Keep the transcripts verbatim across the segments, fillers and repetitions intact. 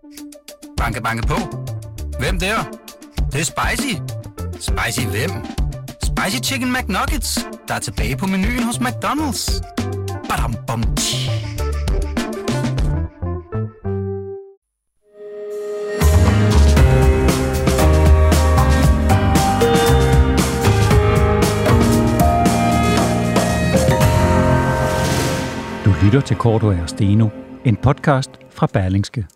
Banke, banke på. Hvem der? Det, det er spicy. Spicy hvem? Spicy Chicken McNuggets, der er tilbage på menuen hos McDonald's. Badum, bom, tji. Du lytter til Cordua og Steno, en podcast fra Berlingske.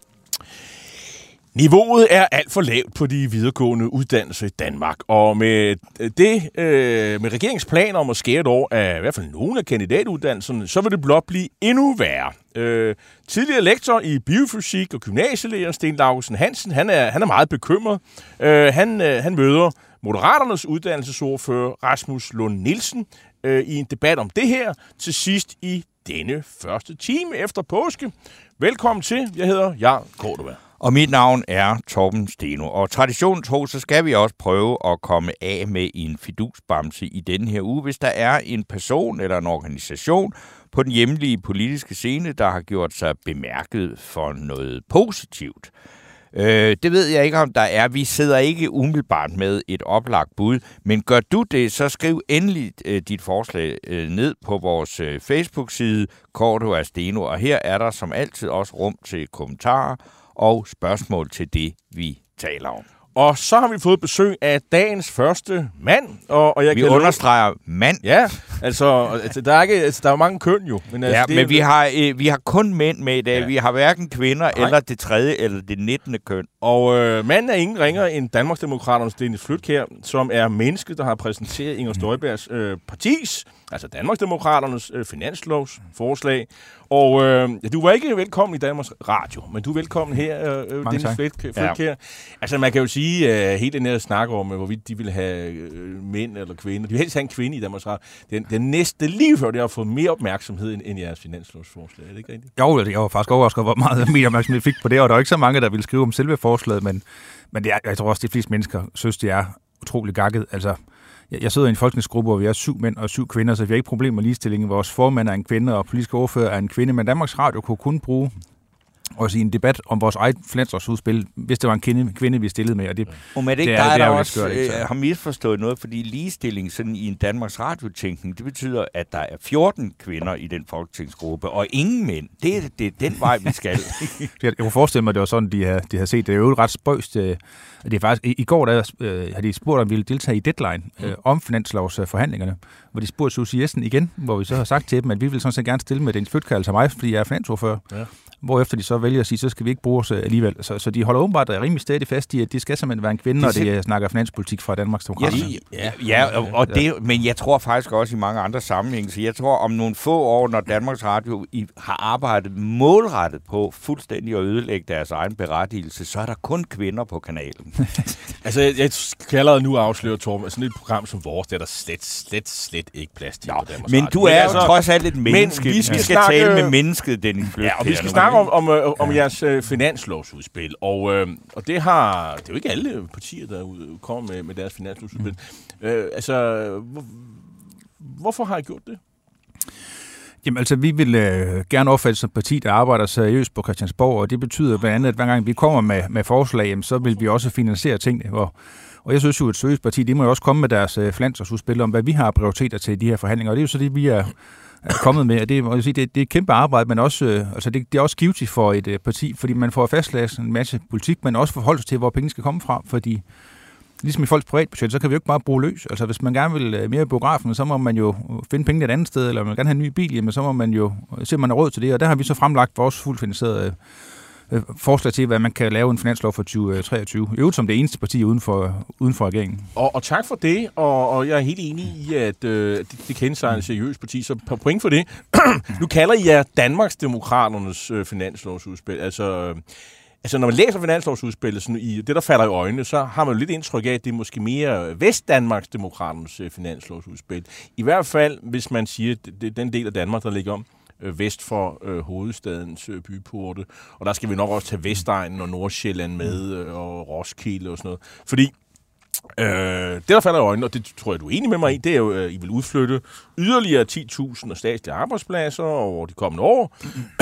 Niveauet er alt for lavt på de videregående uddannelser i Danmark, og med det, øh, med regeringsplaner om at skære et år af i hvert fald nogle af kandidatuddannelserne, så vil det blot blive endnu værre. Øh, tidligere lektor i biofysik og gymnasielærer Sten Laugesen Hansen, han er, han er meget bekymret. Øh, han, øh, han møder Moderaternes uddannelsesordfører Rasmus Lund Nielsen øh, i en debat om det her til sidst i denne første time efter påske. Velkommen til. Jeg hedder Jarl Cordua. Og mit navn er Torben Steno. Og traditionen tro, så skal vi også prøve at komme af med en fidusbamse i denne her uge, hvis der er en person eller en organisation på den hjemlige politiske scene, der har gjort sig bemærket for noget positivt. Øh, det ved jeg ikke, om der er. Vi sidder ikke umiddelbart med et oplagt bud, men gør du det, så skriv endelig øh, dit forslag øh, ned på vores øh, Facebook-side, Cordua og Steno, og her er der som altid også rum til kommentarer og spørgsmål til det, vi taler om. Og så har vi fået besøg af dagens første mand. Og, og jeg vi kan understreger love... mand. Ja, altså, altså der er ikke, altså, der er mange køn jo. Men, altså, ja, det men er... vi, har, øh, vi har kun mænd med i dag. Ja. Vi har hverken kvinder Nej. eller det tredje eller det nittende køn. Og øh, manden er ingen ringer end Danmarksdemokraternes Dennis Flydtkjær, som er menneske, der har præsenteret Inger Støjbergs øh, partis, altså Danmarksdemokraternes øh, finanslovsforslag. Og øh, ja, du var ikke velkommen i Danmarks Radio, men du er velkommen her, øh, Dennis Flydtkjær. Ja. Altså man kan jo sige, øh, helt den her snak om, hvorvidt de vil have øh, mænd eller kvinder. De vil helst have en kvinde i Danmarks Radio. Det er, det er næste lige før, det har fået mere opmærksomhed end, end jeres finanslovsforslag. Er det ikke rigtigt? Jo, jeg var faktisk overrasket, hvor meget mere opmærksomhed jeg fik på det, og der er ikke så mange, der ville skrive om selve forslaget, men, men det er, jeg tror også, de fleste mennesker synes, det er utrolig gakket. Altså, jeg, jeg sidder i en folketingsgruppe, hvor vi er syv mænd og syv kvinder, så vi har ikke problemer med ligestillingen. Vores formand er en kvinde, og politisk ordfører er en kvinde, men Danmarks Radio kunne kun bruge også i en debat om vores eget finanslovsudspil, hvis det var en kvinde, kvinde vi stillede med. Og det, og med det, det, er, der, det er der også skørt, øh, har misforstået noget, fordi ligestilling sådan i en Danmarks Radio-tænkning, det betyder, at der er fjorten kvinder i den folketingsgruppe, og ingen mænd. Det er det er den vej, vi skal. Jeg kunne forestille mig, at det var sådan, de har, de har set. Det er jo ret spøjst. Det er faktisk, i, I går der, øh, har de spurgt, om vi ville deltage i Deadline øh, om finanslovsforhandlingerne, hvor de spurgte Susie Jessen igen, hvor vi så har sagt til dem, at vi vil sådan set gerne stille med Dennis Flydtkjær, altså mig, fordi jeg er finansordfører. Ja. Hvorefter de så vælger at sige, så skal vi ikke bruge os alligevel. Så, så de holder åbenbart rimelig stadig fast i, at det skal simpelthen være en kvinde, når de snakker finanspolitik fra Danmarks Demokrater. Ja, ja, og, og det, men jeg tror faktisk også i mange andre sammenhænge, så jeg tror om nogle få år, når Danmarks Radio i, har arbejdet målrettet på fuldstændig at ødelægge deres egen berettigelse, så er der kun kvinder på kanalen. altså, jeg, jeg kan allerede nu afsløre, Torben, at sådan et program som vores, det er der slet, slet, slet ikke plads til på Danmarks Men Radio. du er jo altså, trods alt et menneske. Vi skal, vi skal snakke, tale med mennesket, Dennis Flydtkjær. Ja, og vi skal snakke om, om, om, om jeres øh, finanslovsudspil, og, øh, og det har, det er jo ikke alle partier, der kommer med, med deres finanslovsudspil. Mm. Øh, altså, hvor, hvorfor har I gjort det? Jamen altså, vi vil øh, gerne opfatte som parti, der arbejder seriøst på Christiansborg, og det betyder blandt andet, at hver gang vi kommer med, med forslag, jamen, så vil vi også finansiere tingene. Og, og jeg synes jo, at et seriøst parti, de må jo også komme med deres øh, finanslovsudspil om, hvad vi har prioriteter til de her forhandlinger, og det er jo så det, vi er er kommet med, og det, må jeg sige, det, det er et kæmpe arbejde, men også, øh, altså det, det er også givetigt for et øh, parti, fordi man får fastlagt en masse politik, men også forholde sig til, hvor pengene skal komme fra, fordi ligesom i folks privatbudget, så kan vi jo ikke bare bruge løs. Altså hvis man gerne vil øh, mere i biografen, så må man jo finde penge et andet sted, eller man vil gerne have en ny bil, jamen, så må man jo se, om man har råd til det, og der har vi så fremlagt vores fuldfinansierede øh, forslag til, hvad man kan lave en finanslov for tyve treogtyve. I øvrigt som det eneste parti uden for, uden for regeringen. Og, og tak for det, og, og jeg er helt enig i, at øh, det, det kendetegner et seriøst parti, så på point for det. Nu kalder I jer Danmarksdemokraternes øh, finanslovsudspil. Altså, øh, altså, når man læser finanslovsudspillet, sådan i det, der falder i øjnene, så har man jo lidt indtryk af, at det er måske mere Vestdanmarksdemokraternes øh, finanslovsudspil. I hvert fald, hvis man siger, at det er den del af Danmark, der ligger om vest for øh, hovedstadens øh, byporte. Og der skal vi nok også tage Vestegnen og Nordsjælland med, øh, og Roskilde og sådan noget. Fordi Øh, det, der falder i øjnene, og det tror jeg, du er enig med mig i, det er jo, at I vil udflytte yderligere ti tusind statslige arbejdspladser over de kommende år.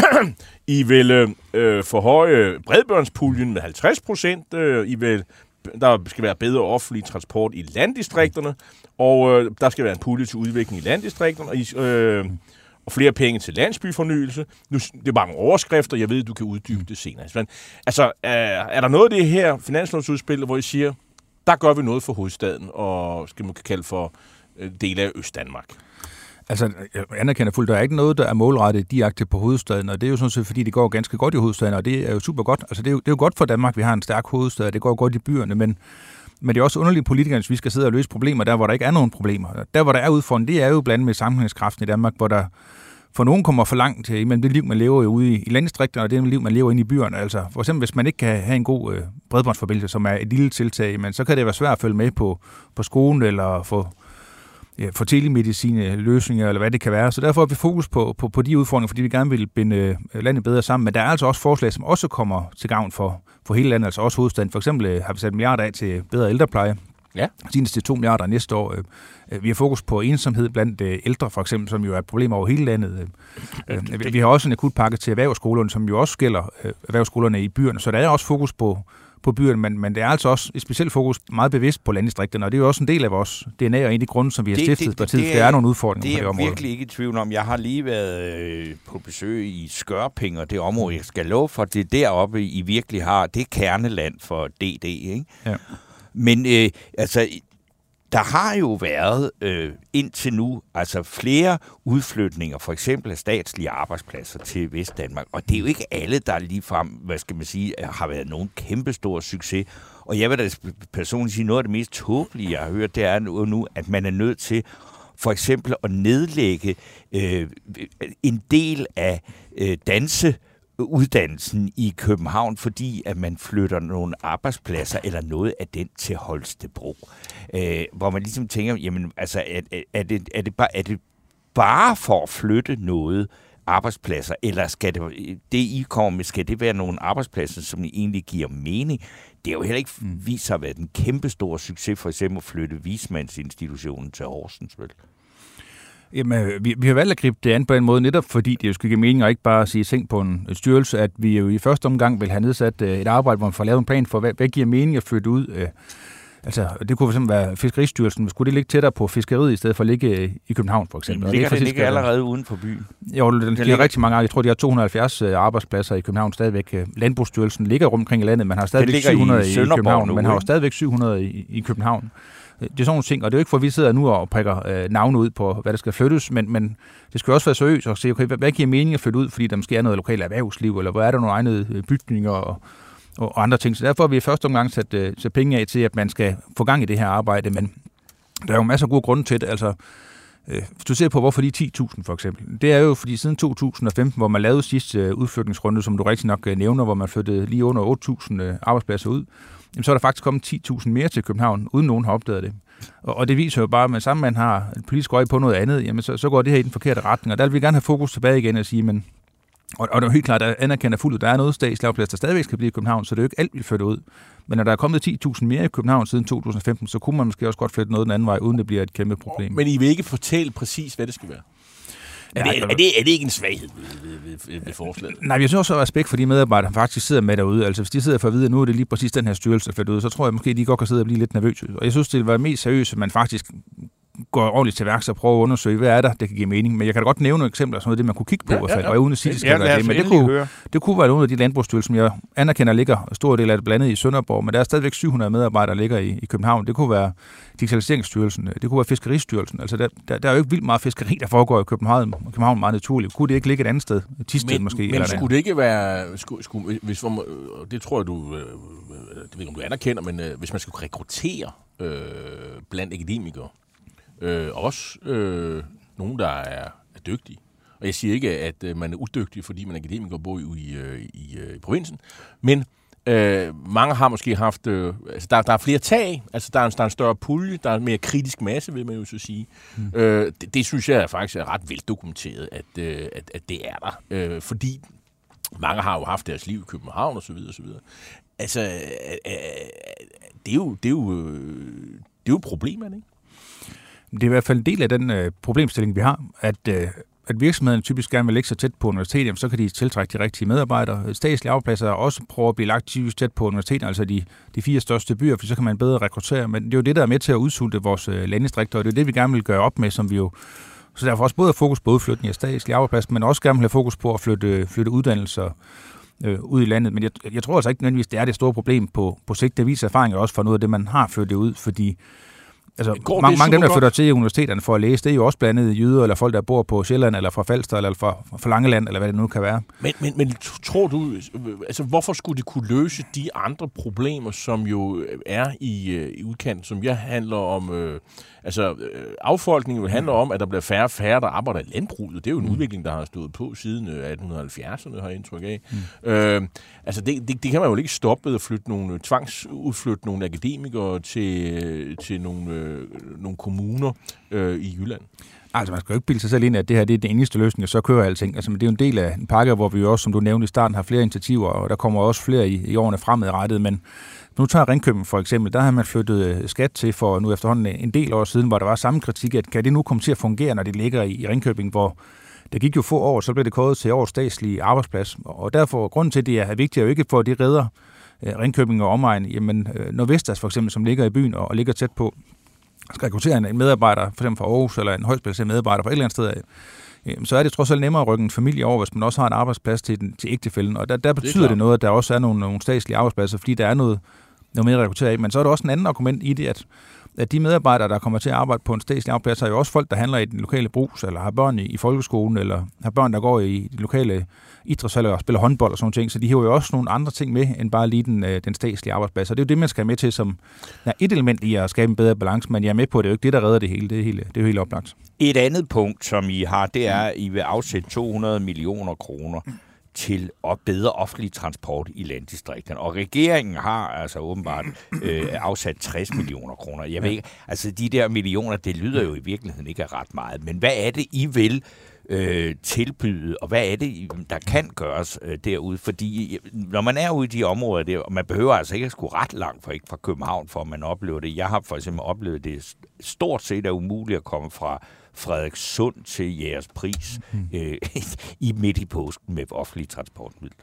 I vil øh, forhøje bredbåndspuljen med halvtreds procent. Øh, I vil, der skal være bedre offentlig transport i landdistrikterne, og øh, der skal være en pulje til udvikling i landdistrikterne, og, I, øh, og flere penge til landsbyfornyelse. Nu, det er mange overskrifter, jeg ved, du kan uddybe det senere. Men, altså, er, er der noget af det her finanslovsudspil, hvor I siger, der gør vi noget for hovedstaden, og skal man kalde for øh, dele af Østdanmark? Altså, jeg anerkender fuldt, der er ikke noget, der er målrettet direkte på hovedstaden, og det er jo sådan set, fordi det går ganske godt i hovedstaden, og det er jo super godt. Altså, det er jo, det er jo godt for Danmark, vi har en stærk hovedstad, og det går godt i byerne, men, men det er også underligt politikerne, hvis vi skal sidde og løse problemer, der hvor der ikke er nogen problemer. Der hvor der er udfordring, det er jo blandt med sammenhængskraften i Danmark, hvor der for nogen kommer for langt til imellem det liv, man lever ude i, i landdistrikterne, og det liv, man lever inde i byerne. Altså, for eksempel, hvis man ikke kan have en god øh, bredbåndsforbindelse, som er et lille tiltag, men så kan det være svært at følge med på, på skolen, eller få ja, for telemedicine løsninger, eller hvad det kan være. Så derfor har vi fokus på, på, på de udfordringer, fordi vi gerne vil binde landet bedre sammen. Men der er altså også forslag, som også kommer til gavn for, for hele landet, altså også hovedstaden. For eksempel har vi sat milliarder af til bedre ældrepleje. Ja. Senest til to milliarder næste år. Vi har fokus på ensomhed blandt ældre, for eksempel, som jo er et problem over hele landet. Vi har også en akutpakke til erhvervsskolerne, som jo også gælder erhvervsskolerne i byerne. Så der er også fokus på på byerne, men, men det er altså også et specielt fokus meget bevidst på landdistrikterne, og det er jo også en del af vores D N A, og en af de grunde, som vi har stiftet partiet, det, det, det er nogle udfordringer på det område. Det er virkelig ikke i tvivl om. Jeg har lige været øh, på besøg i Skørping, og det område, jeg skal love for, det er deroppe, I virkelig har, det er kerneland for D D, ikke? Ja. Men øh, altså, der har jo været øh, indtil nu altså flere udflytninger, for eksempel af statslige arbejdspladser til Vestdanmark, og det er jo ikke alle, der ligefrem, hvad skal man sige, har været nogen kæmpestor succes. Og jeg vil da personligt sige, noget af det mest tåbelige, jeg har hørt, det er nu, at man er nødt til for eksempel at nedlægge øh, en del af øh, danse uddannelsen i København, fordi at man flytter nogle arbejdspladser eller noget af den til Holstebro. Øh, hvor man ligesom tænker, jamen, altså, er, er, det, er, det bare, er det bare for at flytte noget arbejdspladser, eller skal det, det I kommer med, skal det være nogle arbejdspladser, som egentlig giver mening? Det er jo heller ikke vist sig at være en kæmpe stor succes, for eksempel at flytte Vismandsinstitutionen til Horsens, vel? Jamen, vi, vi har valgt at gribe det an på en måde, netop fordi det jo skal give mening, og ikke bare sige ting på en styrelse, at vi jo i første omgang vil have nedsat et arbejde, hvor man får lavet en plan for, hvad, hvad giver mening at flytte ud. Altså, det kunne fx være Fiskeristyrelsen. Skulle det ligge tættere på fiskeriet, i stedet for at ligge i København, for eksempel? Men ligger det, det ligger allerede uden for byen? Jo, det, det giver ligger... rigtig mange. Jeg tror, de har to hundrede og halvfjerds arbejdspladser i København stadigvæk. Landbrugsstyrelsen ligger rundt omkring i landet. Man har stadigvæk syv hundrede i, i København. Nu, man har jo stadigvæk syv hundrede i, i København. Det er sådan nogle ting, og det er jo ikke for, at vi sidder nu og prikker øh, navne ud på, hvad der skal flyttes, men, men det skal også være seriøst og se, okay, hvad, hvad giver mening at flytte ud, fordi der måske er noget lokalt erhvervsliv, eller hvor er der nogle egnede bygninger og, og, og andre ting. Så derfor har vi i første omgang sat, øh, sat penge af til, at man skal få gang i det her arbejde, men der er jo masser af gode grunde til det. Altså, øh, hvis du ser på, hvorfor de ti tusind for eksempel, det er jo fordi siden to tusind og femten, hvor man lavede sidste øh, udflytningsrunde, som du rigtig nok øh, nævner, hvor man flyttede lige under otte tusind øh, arbejdspladser ud, jamen, så er der faktisk kommet ti tusind mere til København, uden nogen har opdaget det. Og det viser jo bare, at man sammen man har et politisk øje på noget andet, jamen så, så går det her i den forkerte retning. Og der vil vi gerne have fokus tilbage igen og sige, men, og, og det er helt klart, at anerkender fuldt, at der er noget statslig arbejdsplads, der stadigvæk skal blive i København, så det er jo ikke alt, vi flytter ud. Men når der er kommet ti tusind mere i København siden to tusind og femten, så kunne man måske også godt flytte noget den anden vej, uden det bliver et kæmpe problem. Men I vil ikke fortælle præcis, hvad det skal være? Er det, er, det, er det ikke en svaghed ved, ved, ved, ved forslaget? Nej, jeg synes også at respekt for de medarbejdere, der faktisk sidder med derude. Altså hvis de sidder for at vide, at nu er det lige præcis den her styrelse, der flytter ud, så tror jeg måske, at de godt kan sidde og blive lidt nervøse. Og jeg synes, det vil være mest seriøst, at man faktisk går ordentligt til værks og prøver at undersøge, hvad er der, det kan give mening. Men jeg kan da godt nævne nogle eksempler, sådan noget, det man kunne kigge på, ja, i hvert fald, ja, ja. Og uden at sige, det skal ja, være det. Men det kunne, det kunne være nogle af de landbrugsstyrelser, som jeg anerkender ligger stor del af det blandet i Sønderborg, men der er stadigvæk syv hundrede medarbejdere, der ligger i, i København. Det kunne være Digitaliseringsstyrelsen, det kunne være Fiskeristyrelsen. Altså der, der, der er jo ikke vildt meget fiskeri, der foregår i København, København meget naturligt. Kunne det ikke ligge et andet sted? Tisted måske? Men eller skulle det ikke være, skulle, skulle, hvis, det tror jeg, du, det ved ikke, om du anerkender, men hvis man skulle rekruttere øh, blandt akademikere, Øh, også øh, nogen, der er, er dygtige. Og jeg siger ikke, at øh, man er udygtig, fordi man er akademiker og bor i, i, i, i provinsen. Men øh, mange har måske haft... Øh, altså der, der er flere tag. Altså der er, en, der er en større pulje. Der er en mere kritisk masse, vil man jo så sige. Mm. Øh, det, det synes jeg faktisk er ret veldokumenteret, at, øh, at, at det er der. Øh, fordi mange har jo haft deres liv i København og så videre og så videre. Altså, øh, øh, det er jo... Det er jo øh, Det er jo et problem, er det ikke? Det er i hvert fald en del af den øh, problemstilling, vi har, at, øh, at virksomheden typisk gerne vil lægge sig tæt på universitetet, så kan de tiltrække de rigtige medarbejdere. Statslige arbejdspladser også prøver at blive lagt typisk tæt på universitetet, altså de, de fire største byer, for så kan man bedre rekruttere. Men det er jo det, der er med til at udsulte vores øh, landdistrikter, og det er det, vi gerne vil gøre op med, som vi jo... Så derfor også både fokus på udflytning af statslige arbejdspladser, men også gerne vil have fokus på at flytte, flytte uddannelser øh, ud i landet. Men jeg, jeg tror altså ikke nødvendigvis, det er det store problem på, på sigt. Det viser erfaringer også for noget af det, man har flyttet ud, fordi altså, mange, mange af dem, der flytter til universiteterne for at læse, det er jo også blandt andet jyder, eller folk, der bor på Sjælland, eller fra Falster, eller fra, fra Langeland, eller hvad det nu kan være. Men, men, men tror du, altså hvorfor skulle det kunne løse de andre problemer, som jo er i, i udkanten, som jeg handler om, øh, altså øh, affolkningen handler om, at der bliver færre og færre, der arbejder i landbruget. Det er jo en mm. udvikling, der har stået på siden atten halvfjerdserne, har jeg indtryk af. Mm. Øh, altså det, det, det kan man jo ikke stoppe at flytte nogle, tvangsudflytte nogle akademikere til, til nogle, øh, nogle kommuner øh, i Jylland. Altså, man skal jo ikke bilde sig selv ind, at det her det er den eneste løsning, og så kører alting. Altså, men det er jo en del af en pakke, hvor vi også, som du nævnte i starten, har flere initiativer, og der kommer også flere i, i årene fremadrettet. Men nu tager Ringkøbing for eksempel, der har man flyttet skat til for nu efterhånden en del år siden, hvor der var samme kritik, at kan det nu komme til at fungere, når det ligger i, i Ringkøbing, hvor det gik jo få år, så blev det kåret til årets statslige arbejdsplads. Og derfor, grunden til, at det er vigtigt, er jo ikke for, at de redder Ringkøbing og omegn. Jamen, Nordvestas for eksempel, som ligger i byen og ligger tæt på, skal rekruttere en medarbejder, for eksempel fra Aarhus, eller en højt placeret medarbejder fra et eller andet sted af, så er det trods alt nemmere at rykke en familie over, hvis man også har en arbejdsplads til, den, til ægtefælden. Og der, der betyder det, det noget, at der også er nogle, nogle statslige arbejdspladser, fordi der er noget, noget mere at rekruttere i. Men så er der også en anden argument i det, at, at de medarbejdere, der kommer til at arbejde på en statslig arbejdsplads, er jo også folk, der handler i den lokale brugs, eller har børn i, i folkeskolen, eller har børn, der går i de lokale idrætshaller og spiller håndbold og sådan ting. Så de har jo også nogle andre ting med, end bare lige den, den statslige arbejdsplads. Og det er jo det, man skal have med til som ja, et element i at skabe en bedre balance, men jeg er med på, at det er jo ikke det, der redder det hele. Det er, hele, det er jo helt oplagt. Et andet punkt, som I har, det er, at I vil afsætte to hundrede millioner kroner til at bedre offentlig transport i landdistrikterne. Og regeringen har altså åbenbart øh, afsat tres millioner kroner. Jeg ved ikke, altså de der millioner, det lyder jo i virkeligheden ikke af ret meget. Men hvad er det, I vil øh, tilbyde, og hvad er det, der kan gøres øh, derude? Fordi når man er ude i de områder, der, og man behøver altså ikke at skulle ret langt for ikke fra København, for at man oplever det. Jeg har for eksempel oplevet det stort set er umuligt at komme fra Frederikssund til Jægerspris mm. øh, i midt i påsken med offentlige transportmidler.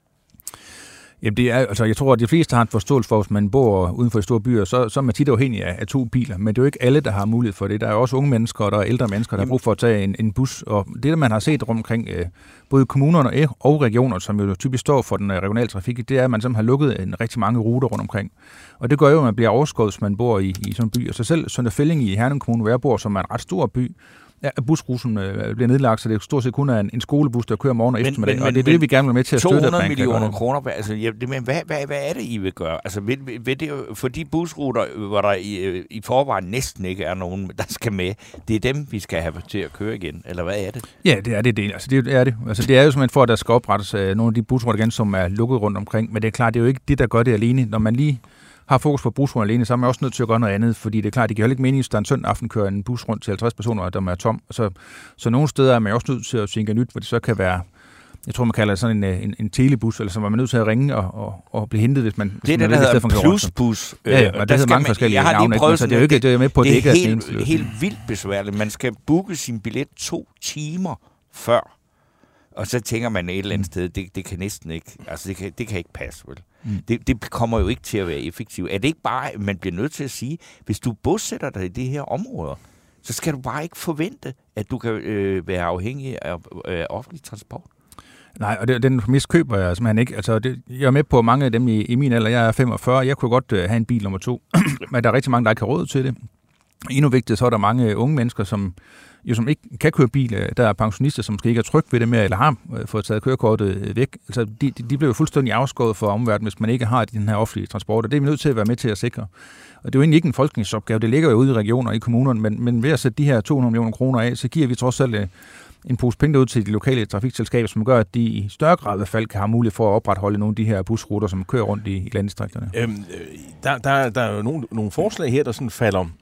Jamen det er, altså jeg tror, at de fleste har en forståelse for, hvis man bor uden for de store byer, så, så er man tit afhængig af, af to biler, men det er jo ikke alle, der har mulighed for det. Der er også unge mennesker, og der er ældre mennesker, der har brug for at tage en, en bus, og det, der man har set rundt omkring øh, både kommunerne og regioner, som jo typisk står for den regionale trafik, det er, at man simpelthen har lukket en rigtig mange ruter rundt omkring. Og det gør jo, at man bliver overskåret, hvis man bor i, i sådan en by. Og så selv Sønder Felding i Herning Kommune, hvor jeg bor, som er en ret stor by, ja, busruten øh, bliver nedlagt, så det er stort set kun er en, en skolebus, der kører morgen og eftermiddag, men, men, og det er det, vi gerne vil med til at støtte. to hundrede millioner kroner, altså, ja, det, men hvad, hvad, hvad er det, I vil gøre? Altså, vil, vil det, for de busruter, hvor der i, i forvejen næsten ikke er nogen, der skal med, det er dem, vi skal have til at køre igen, eller hvad er det? Ja, det er det. det. Altså, det er det. Altså, det er jo simpelthen for, at der skal oprettes øh, nogle af de busruter igen, som er lukket rundt omkring, men det er klart, det er jo ikke det, der gør det alene. Når man lige har fokus på busruten alene, så er man også nødt til at gøre noget andet, fordi det er klart, det giver heller ikke mening, hvis der en søndag aften kører en bus rundt til halvtreds personer, der er tom. Så, så nogle steder er man også nødt til at tænke nyt, hvor det så kan være, jeg tror, man kalder det sådan en, en, en telebus, eller så er man nødt til at ringe og, og, og blive hentet, hvis man det hvis er man det, der hedder plusbus. Ja, ja, og der hedder mange forskellige navne, så det er jo ikke, det er med på, det, det ikke er helt, er helt vildt besværligt. Man skal booke sin billet to timer før, og så tænker man et eller andet sted, det, det kan næsten ikke, altså det kan, det kan ikke passe, vel? Mm. Det, det kommer jo ikke til at være effektivt. Er det ikke bare, man bliver nødt til at sige, hvis du bosætter dig i det her områder, så skal du bare ikke forvente, at du kan øh, være afhængig af øh, offentlig transport? Nej, og det, den præmis køber jeg simpelthen ikke. Altså, det, jeg er med på mange af dem i, i min alder. Jeg er femogfyrre. Jeg kunne godt øh, have en bil nummer to, men der er rigtig mange, der ikke har råd til det. Endnu vigtigt, så er der mange unge mennesker, som jo som ikke kan køre bil. Der er pensionister, som måske ikke er tryg ved det mere, eller har fået taget kørekortet væk. Altså, de, de bliver jo fuldstændig afskåret for omverdenen, hvis man ikke har den her offentlige transport, og det er vi nødt til at være med til at sikre. Og det er jo egentlig ikke en folketingsopgave, det ligger jo ude i regioner og i kommunerne, men, men ved at sætte de her to hundrede millioner kroner af, så giver vi trods alt en pose penge ud til de lokale trafikselskaber, som gør, at de i større grad i hvert fald kan have mulighed for at opretholde nogle af de her busruter, som kører rundt i, i landdistrikterne. Øhm, der, der, der er jo nogle, nogle forslag her, der sådan falder,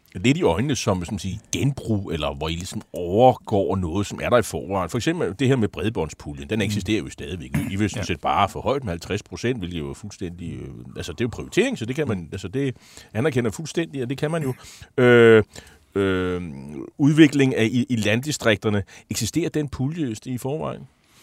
lidt i øjnene som, som siger, genbrug, eller hvor I ligesom overgår noget, som er der i forvejen. For eksempel det her med bredbåndspuljen, den eksisterer jo stadigvæk. I vil sådan set bare for højt med halvtreds procent, hvilket jo er fuldstændig... Altså, det er jo prioritering, så det kan man... Altså, det anerkender fuldstændig, og det kan man jo... Øh, øh, udvikling af i, i landdistrikterne. Eksisterer den pulje i forvejen?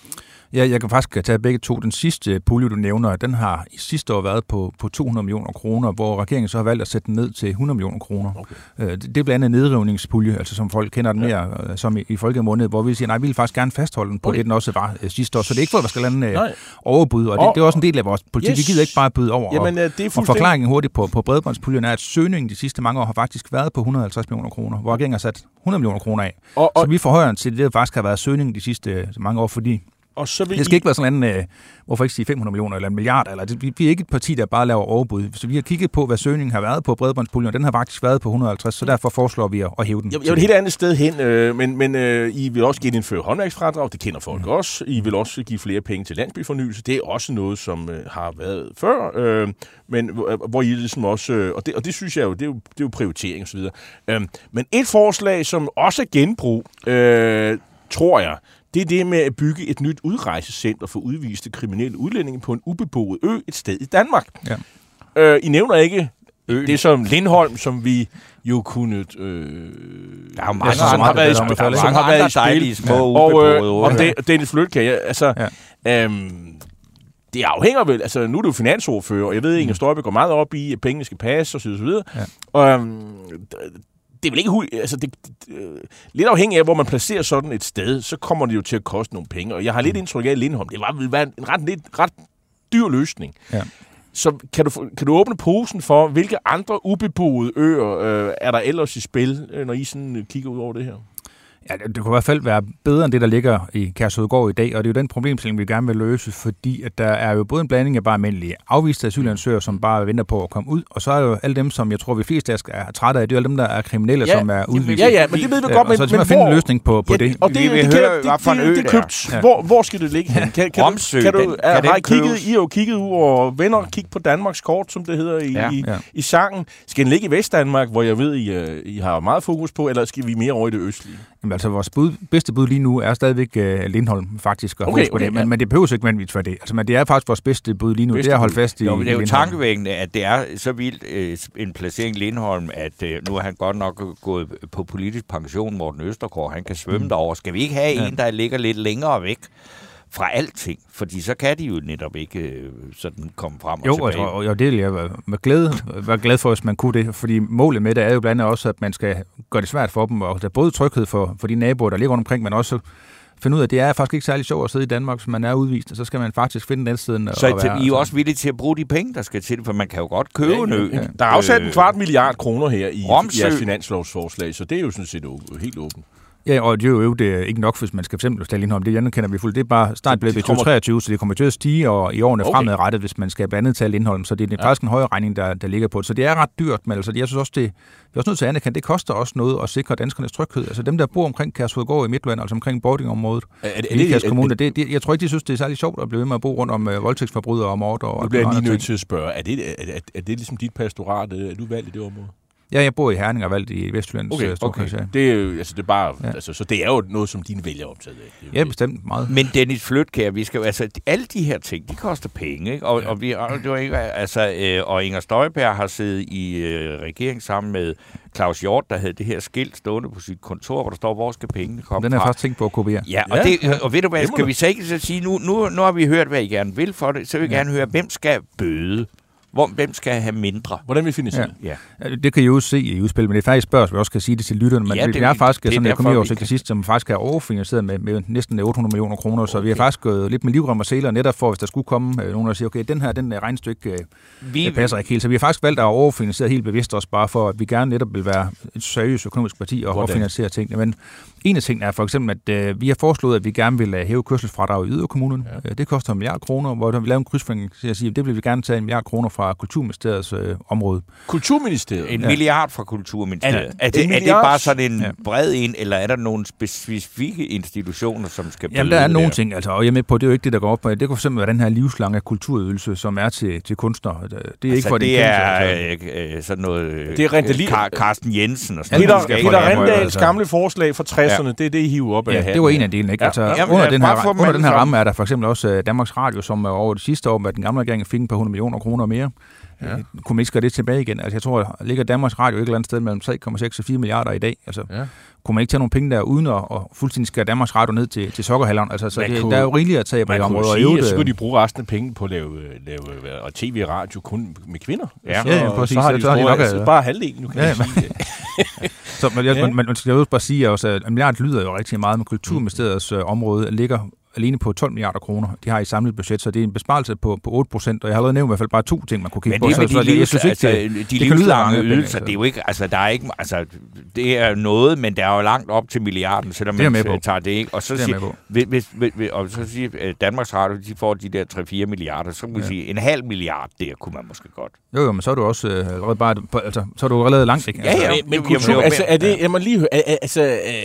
Ja, jeg kan faktisk tage begge to. Den sidste pulje, du nævner, den har i sidste år været på, på to hundrede millioner kroner, hvor regeringen så har valgt at sætte den ned til hundrede millioner kroner. Okay. Det er blandt andet en nedrivningspulje, altså som folk kender den mere ja. som i, i folkemundet, hvor vi siger, nej, vi vil faktisk gerne fastholde den på okay. det, den også var uh, sidste år. Så det er ikke for, at der skal lande uh, overbud, og det, det er også en del af vores politik. Yes. Vi gider ikke bare byde over. Jamen, og, det er og forklaringen hurtigt på, på bredbåndspuljen er, at søgningen de sidste mange år har faktisk været på et hundrede og halvtreds millioner kroner, hvor regeringen har sat hundrede millioner kroner af. Og, og, så vi forhøjer den til det, der faktisk har været søgningen de sidste mange år, fordi Og så vil det skal I... ikke være sådan en anden, øh, hvorfor ikke sige fem hundrede millioner eller en milliard, eller det, vi, vi er ikke et parti, der bare laver overbud. Så vi har kigget på, hvad søgningen har været på bredbåndspuljen, og den har faktisk været på et hundrede og halvtreds, så derfor foreslår vi at, at hæve den. Jeg, jeg vil et helt andet sted hen, øh, men, men øh, I vil også genindføre håndværksfradrag, det kender folk mm. også. I vil også give flere penge til landsbyfornyelse, det er også noget, som øh, har været før, øh, men øh, hvor I ligesom også, øh, og, det, og det synes jeg jo, det er jo, det er jo prioritering og så videre. Øh, men et forslag, som også er genbrug, øh, tror jeg, det er det med at bygge et nyt udrejsecenter for udviste kriminelle udlændinge på en ubeboet ø et sted i Danmark. Ja. Øh, I nævner ikke øen. Det som Lindholm, som vi jo kunne... Øh, der er jo mange, som har været i spil. Der er mange andre dejlige små ubeboede øer. Og øh, Dennis Fløtkær, altså... Ja. Øhm, det afhænger vel... Altså, nu er du finansordfører, og jeg ved, at Inger Støjberg går meget op i, at pengene skal passe, og så videre. Ja. Og... Øhm, det er vel ikke altså det, det, lidt afhængig af, hvor man placerer sådan et sted, så kommer det jo til at koste nogle penge. Og jeg har lidt indtryk af, at Lindholm, det var, var en ret, lidt, ret dyr løsning. Ja. Så kan du, kan du åbne posen for, hvilke andre ubeboede øer øh, er der ellers i spil, når I sådan kigger ud over det her? Ja, det kunne i hvert fald være bedre end det, der ligger i Kærshovedgård i dag, og det er jo den problemstilling, vi gerne vil løse, fordi at der er jo både en blanding af bare almindelige afviste asylansøgere, som bare venter på at komme ud, og så er jo alle dem, som jeg tror, vi fleste er trætte af, det er jo alle dem, der er kriminelle, ja, som er udvist. Ja, ja, men det ved vi godt, men, så men finde en løsning på, på ja, det. Og det, vi, vi det, hører, det, det, det, det er købt. Ja. Hvor, hvor skal det ligge? Ja. Kan, kan, Romsø, kan du, den, er, kan har I kigget, I har jo kigget ud og venner og kigge på Danmarks kort, som det hedder i, ja. i, ja. i sangen. Skal den ligge i Vestdanmark, hvor jeg ved, I, I har meget fokus på, eller skal vi mere over i det østlige? Jamen, altså, vores bud, bedste bud lige nu er stadigvæk uh, Lindholm, faktisk. Og okay, okay, det. Men, ja. men det behøver ikke vanvittigt for det. Altså, men det er faktisk vores bedste bud lige nu. Bedste det er at holde fast i. Jo, men det er jo tankevækkende, at det er så vildt øh, en placering Lindholm, at øh, nu er han godt nok gået på politisk pension, Morten Østergaard. Han kan svømme mm. derover. Skal vi ikke have ja. en, der ligger lidt længere væk fra alting? Fordi så kan de jo netop ikke øh, sådan komme frem og jo, tilbage. Jo, og, og det vil jeg med glæde være glad for, hvis man kunne det. Fordi målet med det er jo blandt andet også, at man skal gøre det svært for dem, og der er både tryghed for, for de naboer, der ligger rundt omkring, men også finde ud af, at det er faktisk ikke særlig sjovt at sidde i Danmark, hvis man er udvist, og så skal man faktisk finde den sted. Så I er jo også villige til at bruge de penge, der skal til det, for man kan jo godt købe ja, en ø. Ja. Der er afsat en kvart milliard kroner her i jeres finanslovsforslag, så det er jo sådan set helt åbent. Ja, og det er jo det er ikke nok, hvis man skal fx stille Lindholm. Det anerkender vi fuldt. Det er bare startbilledet i to tusind og treogtyve, så det kommer til at stige og i årene okay. fremadrettet, hvis man skal blandt andet tage Lindholm. Så det er ja. faktisk en højere regning, der, der ligger på det. Så det er ret dyrt, men altså, jeg synes også, det, vi er også nødt til at anerkende, det koster også noget at sikre danskernes tryghed. Altså dem, der bor omkring Kærshovedgård i Midtjylland, altså omkring Bordingområdet, er, er, er, det, kommune, det, det, jeg tror ikke, de synes, det er særlig sjovt at blive ved med at bo rundt om uh, voldtægtsforbrydere og mord. Og nu bliver jeg lige nødt til at spørge, er det, er, er, er det ligesom dit pastorat? Er du valgt i det område? Ja, jeg bor i Herning og valgt i Vestjyllands okay, okay. Det er jo, altså det er bare, ja. altså, så det er jo noget, som dine vælgere er optaget af. Ja, bestemt meget. Men Dennis Fløtkær, vi skal jo, altså alle de her ting, de koster penge, ikke? Og, ja. og vi, og det var ikke, altså, øh, og Inger Støjberg har siddet i øh, regering sammen med Claus Hjort, der havde det her skilt stående på sit kontor, hvor der står, hvor skal pengene komme fra. Den er faktisk tænkt på at kopiere. Ja, og, ja. Det, og ved du hvad, skal vi så ikke så sige, nu, nu, nu har vi hørt, hvad I gerne vil for det, så vil vi ja. gerne høre, hvem skal bøde? Hvor, hvem skal have mindre? Hvordan vi finansierer ja. ja. Det kan I jo se i udspil, men det er faktisk spørgsmål, vi også kan sige det til lytterne. Men ja, det, det er faktisk det er sådan en økonomioversigt til sidst, som faktisk er overfinansieret med, med næsten otte hundrede millioner kroner, okay. Så vi har faktisk gået lidt med livrem og seler netop for, hvis der skulle komme øh, nogen, der siger, okay, den her, den regnestykke øh, vi, passer ikke helt. Så vi har faktisk valgt at overfinansiere helt bevidst også bare for, at vi gerne netop vil være et seriøst økonomisk parti og overfinansiere tingene. Men en af tingene er for eksempel, at øh, vi har foreslået, at vi gerne vil hæve kørselsfradrag i yderkommunerne. Ja. Det koster en milliard kroner, hvor vi laver en krydsfinding til at sige, at det vil vi gerne tage en milliard kroner fra fra Kulturministeriets øh, område. Kulturministeriet? En ja. milliard fra Kulturministeriet. Er, er, det, en er det bare sådan en ja. bred en, eller er der nogle specifikke institutioner, som skal Jamen, der er nogle der? ting, altså, og jeg er med på, det er jo ikke det, der går op på. Det kunne fx være den her livslange kulturydelse, som er til, til kunstnere. Det er altså, ikke for det den er kendte, øh, øh, sådan noget... Det er Rindali... Kar- Carsten Jensen og sådan Peter, noget. Peter Rindals altså. gamle forslag fra tresserne, ja. det er det, I hiver op af Ja, hatten. det var en af delene, ikke? Ja. Altså, Jamen, under ja, den bare her, få dem under alle den her sammen. ramme er der for eksempel også uh, Danmarks Radio, som uh, over det sidste år med den gamle regering fik et par hundrede millioner kroner mere. Ja. Kunne man ikke gøre det tilbage igen? Altså, jeg tror, der ligger Danmarks Radio et eller andet sted mellem tre komma seks og fire milliarder i dag. Altså, ja. Kunne man ikke tage nogle penge der uden at og fuldstændig skære Danmarks Radio ned til, til sokkerhalleren? Altså, så det, kunne, der er jo rigeligt at tage på det område. Man kunne sige, så kunne de bruge resten af penge på at lave, lave og tv og radio kun med kvinder. Ja, så, ja, ja præcis. Så har de, så har de nok altså, bare halvdelen, nu kan ja, jeg sige det. Så man, jeg, man, man skal jo bare sige også, at en milliard lyder jo rigtig meget, men Kulturministeriets øh, område ligger alene på tolv milliarder kroner. De har i samlet budget, så det er en besparelse på, på otte procent, og jeg har allerede nævnt i hvert fald bare to ting, man kunne kigge Men på. det Så, med så, de, det, jeg livs, synes ikke, altså, det, de det kan lyde af mange livslange penge, ydelser, altså. det er jo ikke, altså der er ikke, altså det er noget, men der er jo langt op til milliarden, selvom Det er man med på. tager det, ikke? Og så Det er siger, med på. hvis, hvis, hvis, og så siger at Danmarks Radio, de får de der tre til fire milliarder, så må vi Ja. sige, en halv milliard, der kunne man måske godt. Jo, jo, men så er du også øh, allerede bare, altså, så er du allerede langt, ikke? Ja, ja. Altså, Men, men Jamen, kultur, jo, altså, er det, ja. jeg må lige høre, er, altså,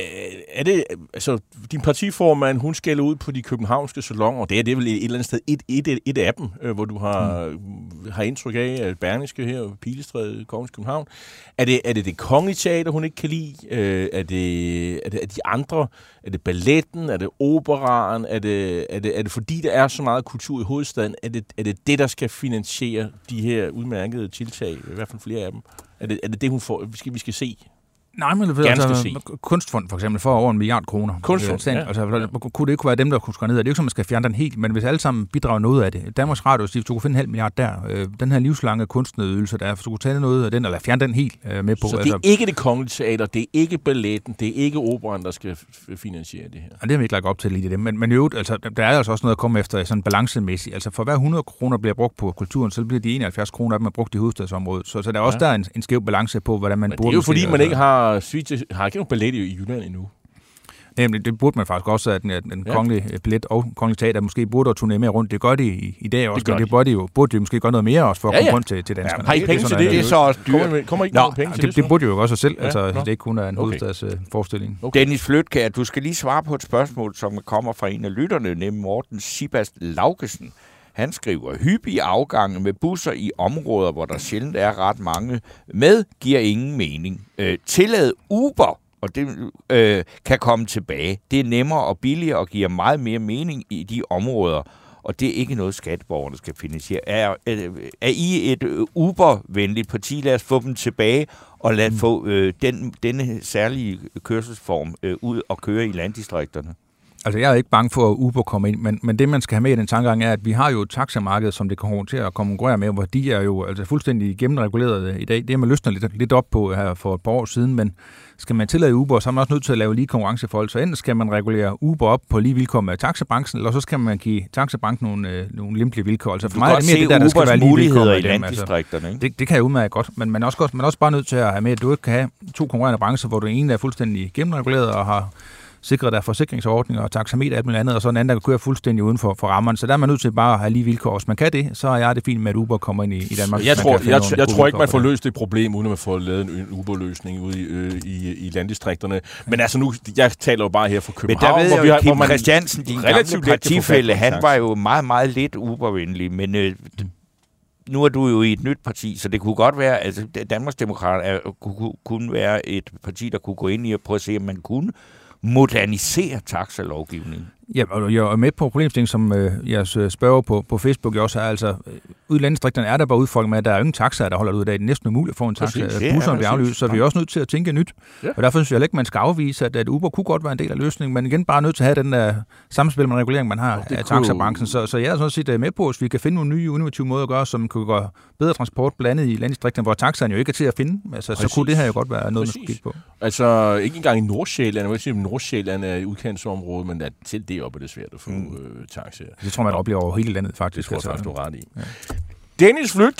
er det, altså, din partiformand, hun skælder ud på de københavnske salonger, det er det vel et eller andet sted, et, et, et af dem, øh, hvor du har, mm. har indtryk af, at Berlingske her, Pilestræde, Kongens København, er det, er det det kongelige teater, hun ikke kan lide? Øh, er, det, er, det, er de andre, er det balletten, er det operaen, er det, er det, er det fordi, der er så meget kultur i hovedstaden, er det, er det det, der skal finansiere de her udmærkede tiltag, i hvert fald flere af dem? Er det er det, det hun får, vi skal, vi skal se? Nej, men det altså, Kunstfond for eksempel får over en milliard kroner. Kunstfond, ja. Altså, kunne det ikke være dem, der kunne skære ned? Det er jo ikke, som man skal fjerne den helt, men hvis alle sammen bidrager noget af det. Danmarks Radio, hvis du kunne finde en halv milliard der, øh, den her livslange kunstnerydelse, der hvis du kunne tage noget af den, eller fjerne den helt øh, med på. Så det er altså, ikke det kongelige teater, det er ikke balletten, det er ikke operaen, der skal f- finansiere det her? Og det har vi ikke lagt op til lige det. Men, men jo, altså, der er altså også noget at komme efter sådan balancemæssigt. Altså for hver hundrede kroner bliver brugt på kulturen, så bliver de enoghalvfjerds kroner af dem er brugt i hovedstadsområdet. Så, så der er også ja. der en, en skæv balance på, hvordan man men bruger det er jo fordi, man altså. ikke har, svigt, har ikke nogen ballet i Jylland endnu. Jamen, det burde man faktisk også, at den, den ja. kongelige ballet og kongelige teater måske burde turnere mere rundt. Det gør de i, i dag også, det men det burde de jo burde de måske gøre noget mere også for at ja, ja. komme rundt til, til danskerne. Ja, har I penge til det? Det er så også dyrt. Kommer, kommer ikke nogen penge til det? det? Det burde jo også selv, ja, altså no. det ikke kun er en okay. hovedstadsforestilling. Uh, okay. Dennis Fløtkær, du skal lige svare på et spørgsmål, som kommer fra en af lytterne, nemlig Morten Sibast Laugesen. Han skriver, hyppige afgange med busser i områder, hvor der sjældent er ret mange med, giver ingen mening. Øh, tillad Uber, og det øh, kan komme tilbage. Det er nemmere og billigere og giver meget mere mening i de områder, og det er ikke noget, skatteborgerne skal finansiere. Er, er, er I et Uber-venligt parti? Lad os få dem tilbage, og lad mm. få øh, den, denne særlige kørselsform øh, ud og køre i landdistrikterne. Altså, jeg er ikke bange for, at Uber kommer ind, men, men det, man skal have med i den tankegang, er, at vi har jo et taxamarked, som det kommer til at konkurrere med, hvor de er jo altså fuldstændig gennemreguleret i dag. Det er man løsner lidt, lidt op på her for et par år siden, men skal man tillade Uber, så er man også nødt til at lave lige konkurrenceforhold. Så enten skal man regulere Uber op på lige vilkår med taxabranchen, eller så skal man give taxabranchen nogle, øh, nogle lempelige vilkår. Altså for mig er det mere det der, der skal være lige vilkår med i dem. landdistrikterne, altså, det, det kan jeg udmærke godt, men man er, også, man er også bare nødt til at have med, at du ikke kan have to konkurrerende brancher, hvor du ene er fuldstændig gennemreguleret og har sikret der forsikringsordninger og taxameter og alt muligt andet, og så en anden, der kan køre fuldstændig uden for, for rammerne. Så der er man nødt til bare at have lige vilkår. Hvis man kan det, så er jeg det fint med, at Uber kommer ind i, i Danmark. Jeg tror, jeg, jeg tror ikke, man får løst det problem, uden at man får lavet en Uber-løsning ude i, øh, i, i landdistrikterne. Men altså nu, jeg taler jo bare her fra København. Men der ved jeg hvor jo, Kim hvor man Christiansen, din gamle partifælle, han var jo meget, meget lidt Uber-venlig, men øh, nu er du jo i et nyt parti, så det kunne godt være, altså Danmarksdemokraterne kunne, kunne være et parti, der kunne gå ind i og prøve at se, om man kunne modernisere taxalovgivningen. Ja, og jeg er med på problemstilling, som øh, jeg spørger på, på Facebook også er, altså ude i landdistrikterne er der bare udfordring med, at der er jo ingen taxaer, der holder ud i dag. Det er næsten umuligt at få en taxa. Busserne bliver aflyst, så vi er også nødt til at tænke nyt. Ja. Og derfor synes jeg ikke, man skal afvise, at, at Uber kunne godt være en del af løsningen, men igen bare nødt til at have den der samspil med regulering, man har af taxabranchen. Så, så jeg er sådan set med på, at vi kan finde nogle nye innovative måder at gøre, som kan gøre bedre transport blandet i landdistrikterne, hvor taxaerne jo ikke er til at finde. Altså, så kunne det her jo godt være noget, man skulle kigge på. Altså ikke engang i Nordsjælland. Jeg vil ikke sige, at Nordsjælland er et udkantsområde, men at til det op er det svært at få mm. øh, taxaer. Det tror man oplever over hele landet, faktisk. Det tror jeg faktisk, du er ret i. Ja. Dennis Fløtkær,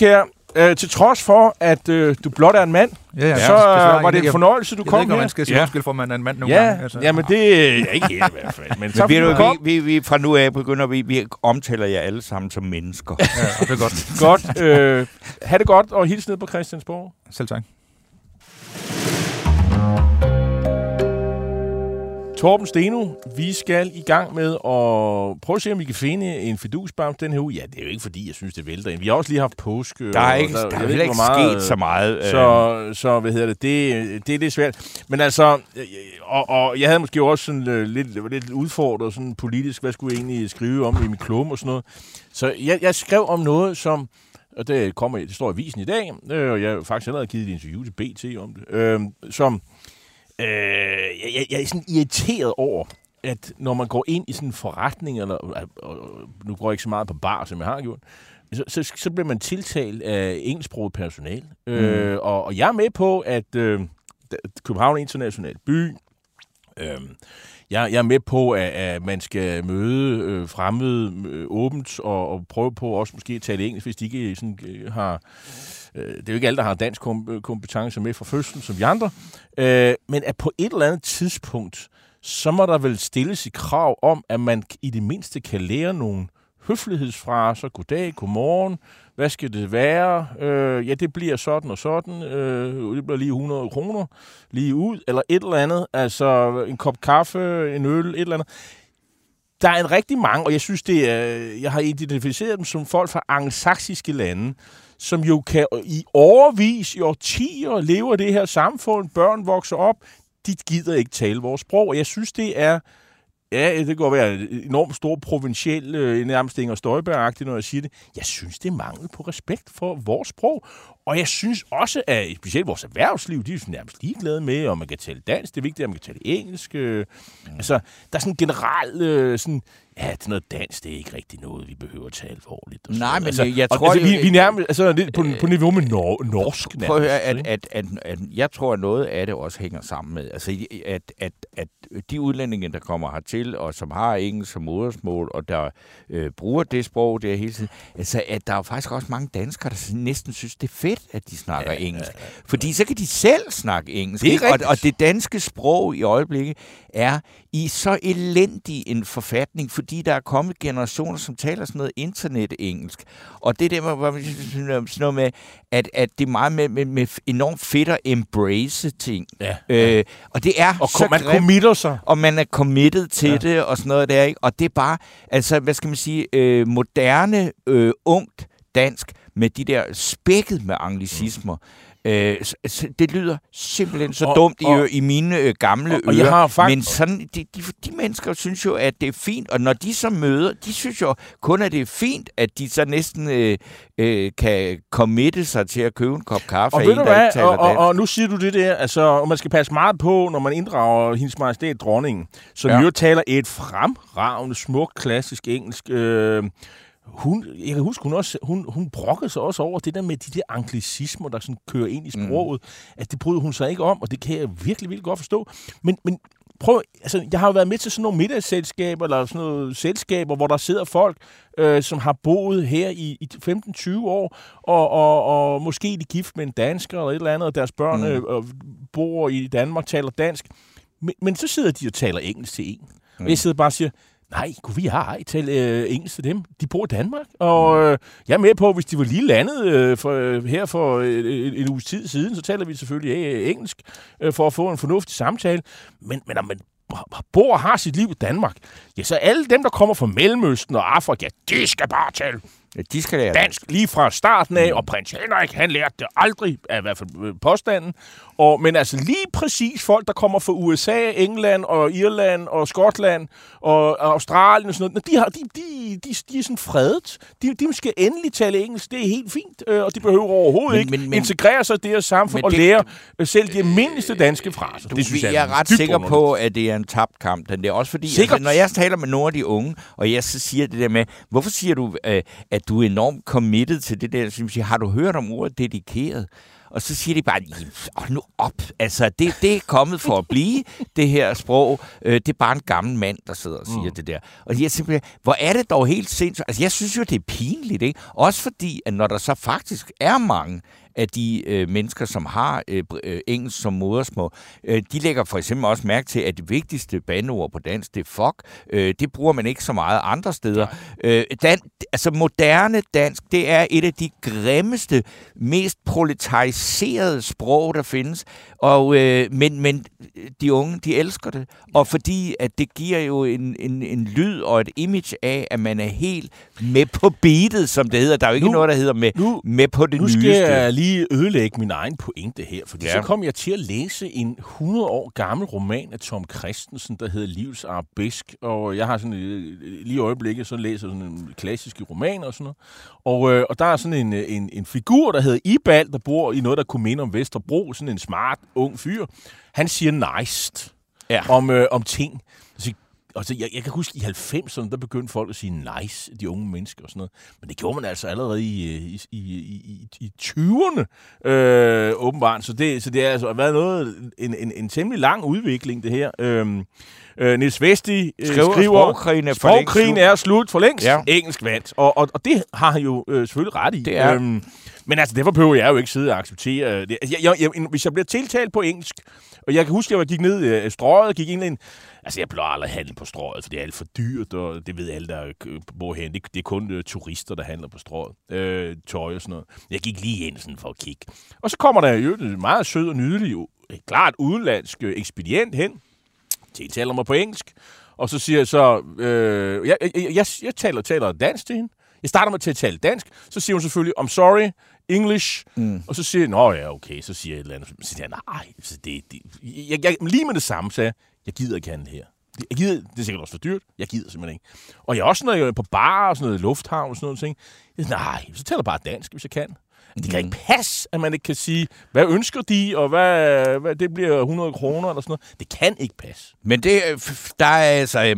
øh, til trods for, at øh, du blot er en mand, Ja, ja, så ja, var det en fornøjelse, du jeg kom ved ikke, om her. man skal sige Ja. undskyld for, at man er en mand nogle Ja, gange. Altså. jamen det er ikke helt i hvert fald. Men, Men så vi, du kom. vi, vi, vi fra nu af begynder vi, vi omtaler jer alle sammen som mennesker. Ja, det er godt. Godt. Øh, ha' det godt, og hils ned på Christiansborg. Selv tak. Torben Steno, vi skal i gang med at prøve at se, om vi kan finde en fidusbams den her uge. Ja, det er jo ikke fordi, jeg synes, det vælter ind. Vi har også lige haft påske. Der er ikke, der, der er ikke sket så meget. Så, så hvad hedder det, det, det er lidt svært. Men altså, og, og jeg havde måske også sådan uh, lidt, lidt udfordret sådan politisk, hvad skulle jeg egentlig skrive om i min klumme og sådan noget. Så jeg, jeg skrev om noget, som, og det kommer, det står i avisen i dag, øh, og jeg har faktisk allerede givet et interview til B T om det, øh, som Øh, jeg, jeg er sådan irriteret over, at når man går ind i sådan en forretning, eller og, og, nu går jeg ikke så meget på bar, som jeg har gjort, så, så, så bliver man tiltalt af engelsksproget personale. Mm. Øh, og, og jeg er med på, at øh, København er international by. Øh, jeg, jeg er med på, at, at man skal møde øh, fremmede øh, åbent, og, og prøve på også måske at tale engelsk, hvis de ikke sådan, øh, har... Det er jo ikke alle, der har dansk kompetencer med fra fødslen, som vi andre. Men at på et eller andet tidspunkt, så må der vel stilles i krav om, at man i det mindste kan lære nogle høflighedsfraser. Goddag, godmorgen, hvad skal det være? Ja, det bliver sådan og sådan. Det bliver lige hundrede kroner lige ud, eller et eller andet. Altså en kop kaffe, en øl, et eller andet. Der er en rigtig mange, og jeg synes, det er, jeg har identificeret dem som folk fra angelsaksiske lande, som jo kan i årevis, i årtier, lever det her samfund, børn vokser op, de gider ikke tale vores sprog, og jeg synes, det er, ja, det kan godt være enormt stor provinciel, øh, nærmest Inger Støjberg-agtigt, når jeg siger det. Jeg synes, det er mangel på respekt for vores sprog, og jeg synes også, at specielt vores erhvervsliv, de er nærmest ligeglade med, om man kan tale dansk, det er vigtigt, at man kan tale engelsk. Øh. Mm. Altså, der er sådan generelt øh, sådan, ja, det er noget dansk, det er ikke rigtig noget, vi behøver at tale forordentligt. Nej, men altså, jeg og, tror... Altså, vi, jo, vi er nærmest altså, lidt på, på niveau med nor- norsk. Nærmest, prøv at høre, at, at, at, at jeg tror, at noget af det også hænger sammen med, altså, at, at, at de udlændinge, der kommer hertil, og som har engelsk som modersmål, og der øh, bruger det sprog der hele tiden, altså, at der er faktisk også mange danskere, der næsten synes, det er fedt, at de snakker ja, engelsk. Ja, ja. Fordi så kan de selv snakke engelsk. Det og, og det danske sprog i øjeblikket er i så elendig en forfatning, fordi der er kommet generationer, som taler sådan noget internet-engelsk. Og det der med, sådan noget med, at, at det er meget med, med, med enormt fedt at embrace ting. Ja. Øh, og det er og så man grimt, committer sig. og man er committed til ja. det, og sådan noget der, ikke? Og det er bare, altså, hvad skal man sige, øh, moderne, øh, ungt dansk, med de der spækket med anglicismer. Mm. Øh, det lyder simpelthen så og, dumt og, i, i mine øh, gamle og, og ører, jeg faktisk, men sådan, de, de, de mennesker synes jo, at det er fint, og når de så møder, de synes jo kun, at det er fint, at de så næsten øh, øh, kan committe sig til at købe en kop kaffe. Og, en, ved du hvad, og, og, og, og nu siger du det der, altså, og man skal passe meget på, når man inddrager hendes majestæt dronningen, som ja. jo taler et fremragende, smukt, klassisk engelsk. Øh, Hun, jeg kan huske, hun, også, hun, hun brokkede sig også over det der med de der anglicismer, der sådan kører ind i sproget, mm. at det bryder hun sig ikke om, og det kan jeg virkelig, virkelig godt forstå. Men, men prøv, altså, jeg har jo været med til sådan nogle middagsselskaber, eller sådan nogle selskaber, hvor der sidder folk, øh, som har boet her i, i femten til tyve år, og, og, og måske er de gift med en dansker, eller et eller andet, og deres børn mm. øh, bor i Danmark, taler dansk. Men, men så sidder de og taler engelsk til en. Mm. Og jeg sidder bare og siger, nej, kunne vi har ej tale øh, engelsk til dem. De bor i Danmark, og øh, jeg er med på, hvis de var lige landet øh, for, øh, her for øh, en uges tid siden, så taler vi selvfølgelig øh, engelsk øh, for at få en fornuftig samtale. Men, men når man bor og har sit liv i Danmark, ja, så alle dem, der kommer fra Mellemøsten og Afrika, de skal bare tale ja, de skal lære dansk lige fra starten af, mm. og prins Henrik, han lærte det aldrig, af i hvert fald påstanden. Og, men altså lige præcis folk, der kommer fra U S A, England og Irland og Skotland og Australien og sådan noget, de, har, de, de, de, de er sådan fredet. De, de skal endelig tale engelsk, det er helt fint, øh, og de behøver overhovedet men, ikke men, men, integrere sig i det her samfund og det, lære øh, selv de almindeligste danske fraser. Du, det synes jeg, jeg er ret sikker underligt. på, at det er en tabt kamp. Den der. Også fordi, altså, når jeg taler med nogle af de unge, og jeg så siger det der med, hvorfor siger du, øh, at at du er enormt committed til det der, som siger, har du hørt om ordet dedikeret? Og så siger de bare, åh, nu op. Altså, det, det er kommet for at blive, det her sprog. Øh, det er bare en gammel mand, der sidder og siger mm. det der. Og jeg simpelthen, hvor er det dog helt sindssygt? Altså, jeg synes jo, det er pinligt, ikke? Også fordi, at når der så faktisk er mange af de øh, mennesker, som har øh, øh, engelsk som modersmål, øh, de lægger for eksempel også mærke til, at det vigtigste bandeord på dansk, det er fuck. Øh, det bruger man ikke så meget andre steder. Øh, dan, altså moderne dansk, det er et af de grimmeste, mest proletariserede sprog, der findes. Og, øh, men, men de unge, de elsker det. Og fordi, at det giver jo en, en, en lyd og et image af, at man er helt med på beatet, som det hedder. Der er jo ikke nu, noget, der hedder med, nu, med på det nu nyeste. Nu skal jeg lige ødelægge min egen pointe her, fordi ja. så kom jeg til at læse en hundrede år gammel roman af Tom Christensen, der hedder Livs Arabesk, og jeg har sådan lige i øjeblikket, så læser sådan en klassiske roman og sådan noget, og, øh, og der er sådan en, en, en figur, der hedder Ibal, der bor i noget, der kunne minde om Vesterbro, sådan en smart, ung fyr. Han siger nice ja. om, øh, om ting. Altså, jeg, jeg kan huske, i halvfemserne, der begyndte folk at sige nice, de unge mennesker og sådan noget. Men det gjorde man altså allerede i, i, i, i, i tyverne, øh, åbenbart. Så det, så det har altså været noget, en, en, en temmelig lang udvikling, det her. Øhm, øh, Niels Vesti øh, skriver, skriver sprogkrigen er, sprogkrigen er slut for længst. Ja. Engelsk vandt. Og, og, og det har han jo øh, selvfølgelig ret i. Det er. Øhm, men altså, derfor behøver jeg jo ikke sidde og acceptere det. Jeg, jeg, jeg, hvis jeg bliver tiltalt på engelsk, og jeg kan huske, at jeg gik ned i øh, strøget, gik ind i en... Altså, jeg bliver aldrig handle på strøget, for det er alt for dyrt, og det ved alle, der bor herinde. Det, det er kun uh, turister, der handler på strøget. Øh, tøj og sådan noget. Jeg gik lige ind sådan for at kigge. Og så kommer der jo en meget sød og nydelig, klart udenlandsk uh, ekspedient hen. Tiltaler mig på engelsk. Og så siger jeg så... Øh, jeg, jeg, jeg, jeg taler, taler dansk til hende. Jeg starter med til at tale dansk. Så siger hun selvfølgelig, I'm sorry, English. Mm. Og så siger jeg, nå ja, okay. Så siger jeg et eller andet. Så siger jeg, nej. Så det, det, jeg, jeg, lige med det samme sagde jeg gider ikke handle her. Jeg gider, det er sikkert også for dyrt. Jeg gider simpelthen ikke. Og jeg er også, når jeg er på bar og sådan noget lufthavn og sådan noget ting. Jeg siger, nej, så taler bare dansk, hvis jeg kan. Det kan ikke passe, at man ikke kan sige, hvad ønsker de, og hvad, hvad det bliver hundrede kroner eller sådan noget. Det kan ikke passe. Men det, der er altså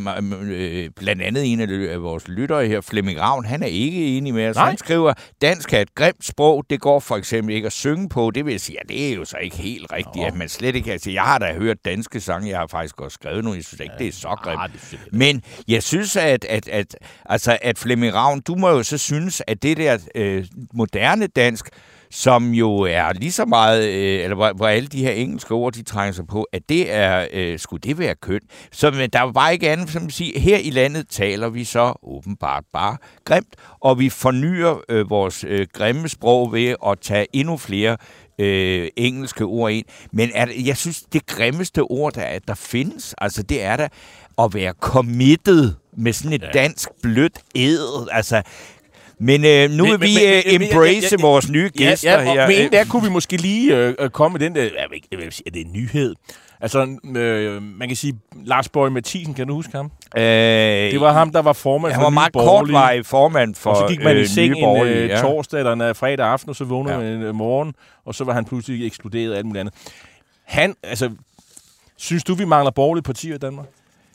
blandt andet en af vores lyttere her, Flemming Ravn, han er ikke enig med os. Nej. Han skriver, dansk er et grimt sprog, det går for eksempel ikke at synge på. Det vil sige, at det er jo så ikke helt rigtigt, Nå. at man slet ikke kan sige, jeg har da hørt danske sange, jeg har faktisk også skrevet nogle, jeg synes ikke, ja, det er så grimt. Ja, men jeg synes, at, at, at, altså, at Flemming Ravn, du må jo så synes, at det der øh, moderne dansk, som jo er lige så meget, øh, eller hvor, hvor alle de her engelske ord, de trænger sig på, at det er, øh, skulle det være kønt. Så men der er bare ikke andet, som at sige, her i landet taler vi så åbenbart bare grimt, og vi fornyer øh, vores øh, grimme sprog ved at tage endnu flere øh, engelske ord ind. Men er det, jeg synes, det grimmeste ord, der, der findes, altså det er da at være committed med sådan et dansk blødt æd, altså. Men øh, nu vil vi øh, embrace ja, ja, ja, vores nye gæster ja, ja, her. Men der kunne vi måske lige øh, komme med den der, jeg vil, jeg vil sige, er det en nyhed? Altså, øh, man kan sige, Lars Boje Mathiesen, kan du huske ham? Øh, det var ham, der var formand for Nye Borgerlige. Han var meget kortvarig formand for Nye Borgerlige. Og så gik man i seng en øh, ja. torsdag eller en fredag aften, og så vågnede man ja. en morgen, og så var han pludselig eksploderet af alt muligt andet. Han, altså, synes du, vi mangler borgerlige partier i Danmark?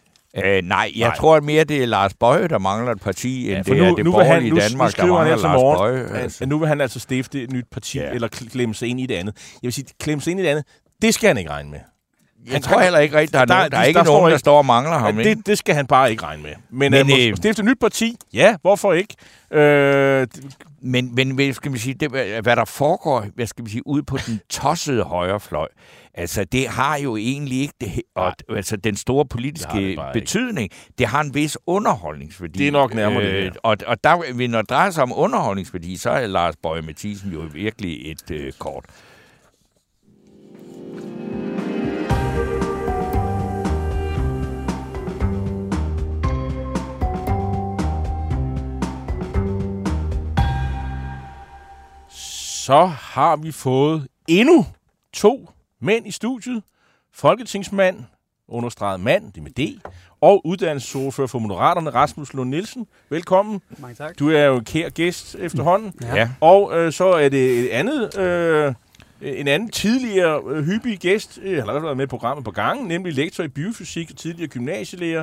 Øh, nej, jeg nej. tror mere, det er Lars Boje, der mangler et parti, end ja, det nu, er det borgerlige i Danmark, nu der mangler altså Lars morgen, Boje. Altså. Nu vil han altså stifte et nyt parti, ja. eller klemme sig ind i det andet. Jeg vil sige, klemme sig ind i det andet, det skal han ikke regne med. Jeg han tror kan, heller ikke rigtigt, der er, der, nogen, der er ikke der nogen, der står og mangler ham. Det, det skal han bare ikke regne med. Men, men øh, stifte et nyt parti, ja, hvorfor ikke? Øh, men, men hvad skal vi sige, det, hvad der foregår, hvad skal vi sige, ude på den tossede højrefløj, altså, det har jo egentlig ikke det, og, altså, den store politiske det det betydning. Ikke. Det har en vis underholdningsværdi. Det er nok nærmere øh, det. Og, og der, når det drejer sig om underholdningsværdi, så er Lars Boje Mathiesen jo virkelig et øh, kort. Så har vi fået endnu to mænd i studiet. Folketingsmand, understreget mand, det med D, og uddannelsesordfører for Moderaterne, Rasmus Lund Nielsen. Velkommen. Mange tak. Du er jo en kær gæst efterhånden. Ja. Og øh, så er det et andet, øh, en anden tidligere øh, hyppig gæst, øh, han har været med i programmet på gangen, nemlig lektor i biofysik og tidligere gymnasielærer,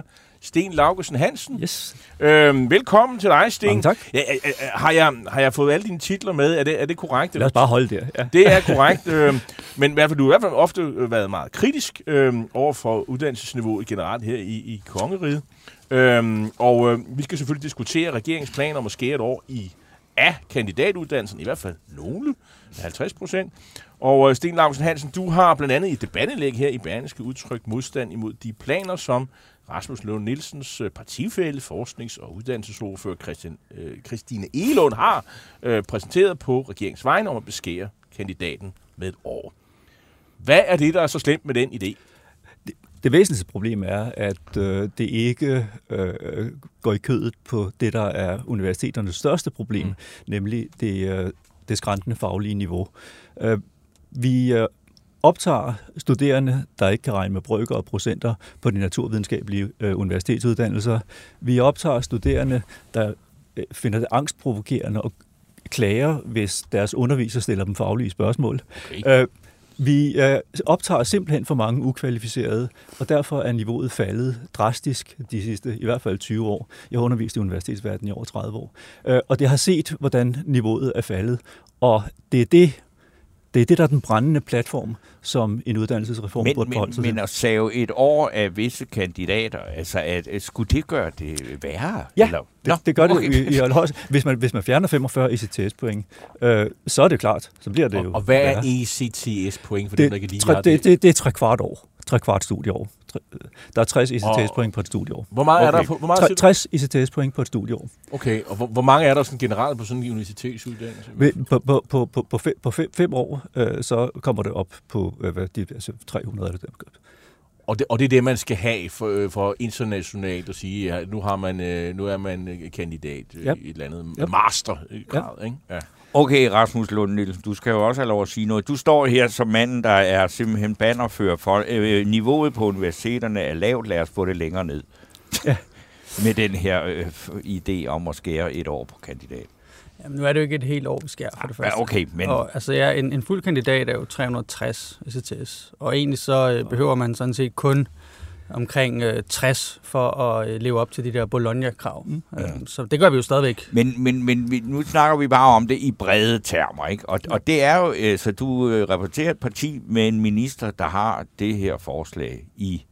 Sten Laugesen Hansen. Yes. Øhm, velkommen til dig, Sten. Mange tak. Ja, har, jeg, har jeg fået alle dine titler med? Er det, er det korrekt? Lad os bare holde der. Ja. Det er korrekt. øhm, men i hvert fald, du har i hvert fald ofte været meget kritisk øhm, over for uddannelsesniveauet generelt her i, i Kongeriget. Øhm, og øh, vi skal selvfølgelig diskutere regeringsplaner om at skære et år i af kandidatuddannelsen, i hvert fald nogle, halvtreds procent. Og øh, Sten Laugesen Hansen, du har blandt andet i debatindlæg her i Berlingske udtrykt modstand imod de planer, som Rasmus Lund Nielsens partifælle, forsknings- og uddannelsesordfører Christian, øh, Christine Egelund har øh, præsenteret på regeringsvejen om at beskære kandidaten med et år. Hvad er det, der er så slemt med den idé? Det, det væsentligste problem er, at øh, det ikke øh, går i kødet på det, der er universiteternes største problem, mm. nemlig det, øh, det skrantende faglige niveau. Øh, vi øh, optager studerende, der ikke kan regne med brøker og procenter på de naturvidenskabelige øh, universitetsuddannelser. Vi optager studerende, der øh, finder det angstprovokerende og klager, hvis deres underviser stiller dem faglige spørgsmål. Okay. Øh, vi øh, optager simpelthen for mange ukvalificerede, og derfor er niveauet faldet drastisk de sidste, i hvert fald tyve år. Jeg har undervist i universitetsverdenen i over tredive år, øh, og det har set, hvordan niveauet er faldet, og det er det, Det er det, der er den brændende platform, som en uddannelsesreform men, burde forholde sig til. Men at save et år af visse kandidater, altså at, at skulle det gøre det værre? Ja, eller? det, det gør okay. det i, i allerhøjeste. Hvis man, hvis man fjerner femogfyrre E C T S-point, øh, så er det klart. Så bliver det og, jo og hvad værre. er E C T S-point for det, dem, der kan lide tre, det? Det, det er tre kvart år. Tre kvart studieår. Der er tres E C T S-point på et studieår. Hvor meget okay. er der på, hvor meget tres E C T S-point på et studieår. Okay, og hvor, hvor mange er der sådan generelt på sådan en universitetsuddannelse? På, på, på, på, på, fem, på fem, fem år, øh, så kommer det op på øh, hvad, de, altså tre hundrede eller det. Og det, og det er det, man skal have for, for internationalt at sige, at nu, har man, nu er man kandidat yep. i et eller andet yep. mastergrad, yep. ikke? Ja. Okay, Rasmus Lund Nielsen, du skal jo også have lov at sige noget. Du står her som manden, der er simpelthen bannerfører for. Øh, niveauet på universiteterne er lavt, lad os få det længere ned. Ja. Med den her øh, idé om at skære et år på kandidat. Jamen, nu er det jo ikke et helt år, vi skærer for det første. Ja, okay, men... Og, altså, ja, en, en fuld kandidat er jo tre hundrede og tres E C T S, og egentlig så øh, behøver man sådan set kun omkring øh, tres for at øh, leve op til de der Bologna-krav. Mm. Øh, så det gør vi jo stadigvæk. Men, men, men vi, nu snakker vi bare om det i brede termer, ikke? Og, og det er jo, øh, så du øh, repræsenterer et parti med en minister, der har det her forslag i,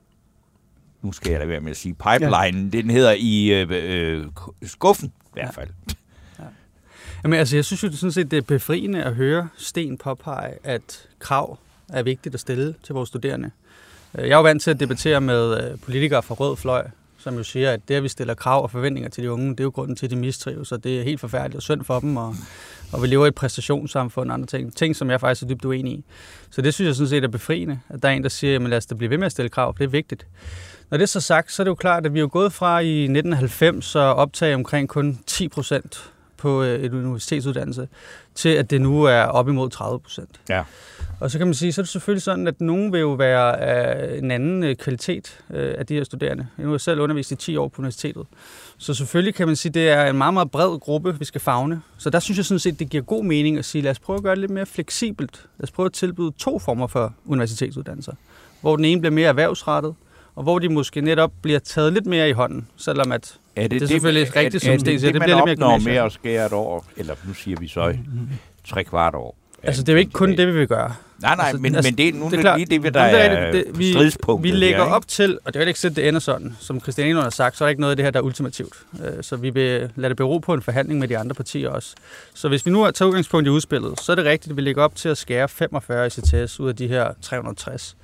nu skal jeg da være med at sige, pipelinen, ja. Den hedder i øh, øh, skuffen i hvert fald. Ja. Jamen altså, jeg synes jo det sådan set, det er befriende at høre Sten påpege, at krav er vigtigt at stille til vores studerende. Jeg er jo vant til at debattere med politikere fra rød fløj, som jo siger, at det, at vi stiller krav og forventninger til de unge, det er jo grunden til, at de mistrives, og det er helt forfærdeligt og synd for dem, og, og vi lever i et præstationssamfund og andre ting. Ting, som jeg faktisk er dybt uenig i. Så det synes jeg sådan set er befriende, at der er en, der siger, at lad os da blive ved med at stille krav, for det er vigtigt. Når det er så sagt, så er det jo klart, at vi er jo gået fra i nitten halvfems og optage omkring kun ti procent på et universitetsuddannelse, til at det nu er op imod tredive procent. Ja. Og så kan man sige, så er det selvfølgelig sådan, at nogen vil jo være af en anden kvalitet af de her studerende. Jeg har selv undervist i ti år på universitetet. Så selvfølgelig kan man sige, at det er en meget, meget bred gruppe, vi skal favne. Så der synes jeg sådan set, det giver god mening at sige, lad os prøve at gøre det lidt mere fleksibelt. Lad os prøve at tilbyde to former for universitetsuddannelser, hvor den ene bliver mere erhvervsrettet, og hvor de måske netop bliver taget lidt mere i hånden, selvom at er det, det er det, selvfølgelig er, rigtigt, er, som er, Sten siger, det, det bliver lidt mere gymnasiet. Med at skære et år, eller nu siger vi så tre kvart år. Altså, det er jo ikke kun det, vi vil gøre. Nej, nej, altså, men, altså, men det er nu det er klart, lige det, der er det, vi, stridspunktet. Vi lægger her, op til, og det er jo ikke sikkert, det ender sådan, som Christian Egelund har sagt, så er der ikke noget af det her, der er ultimativt. Så vi vil lade det bero på en forhandling med de andre partier også. Så hvis vi nu tager udgangspunkt i udspillet, så er det rigtigt, at vi lægger op til at skære femogfyrre E C T S ud af de her tre hundrede og tres.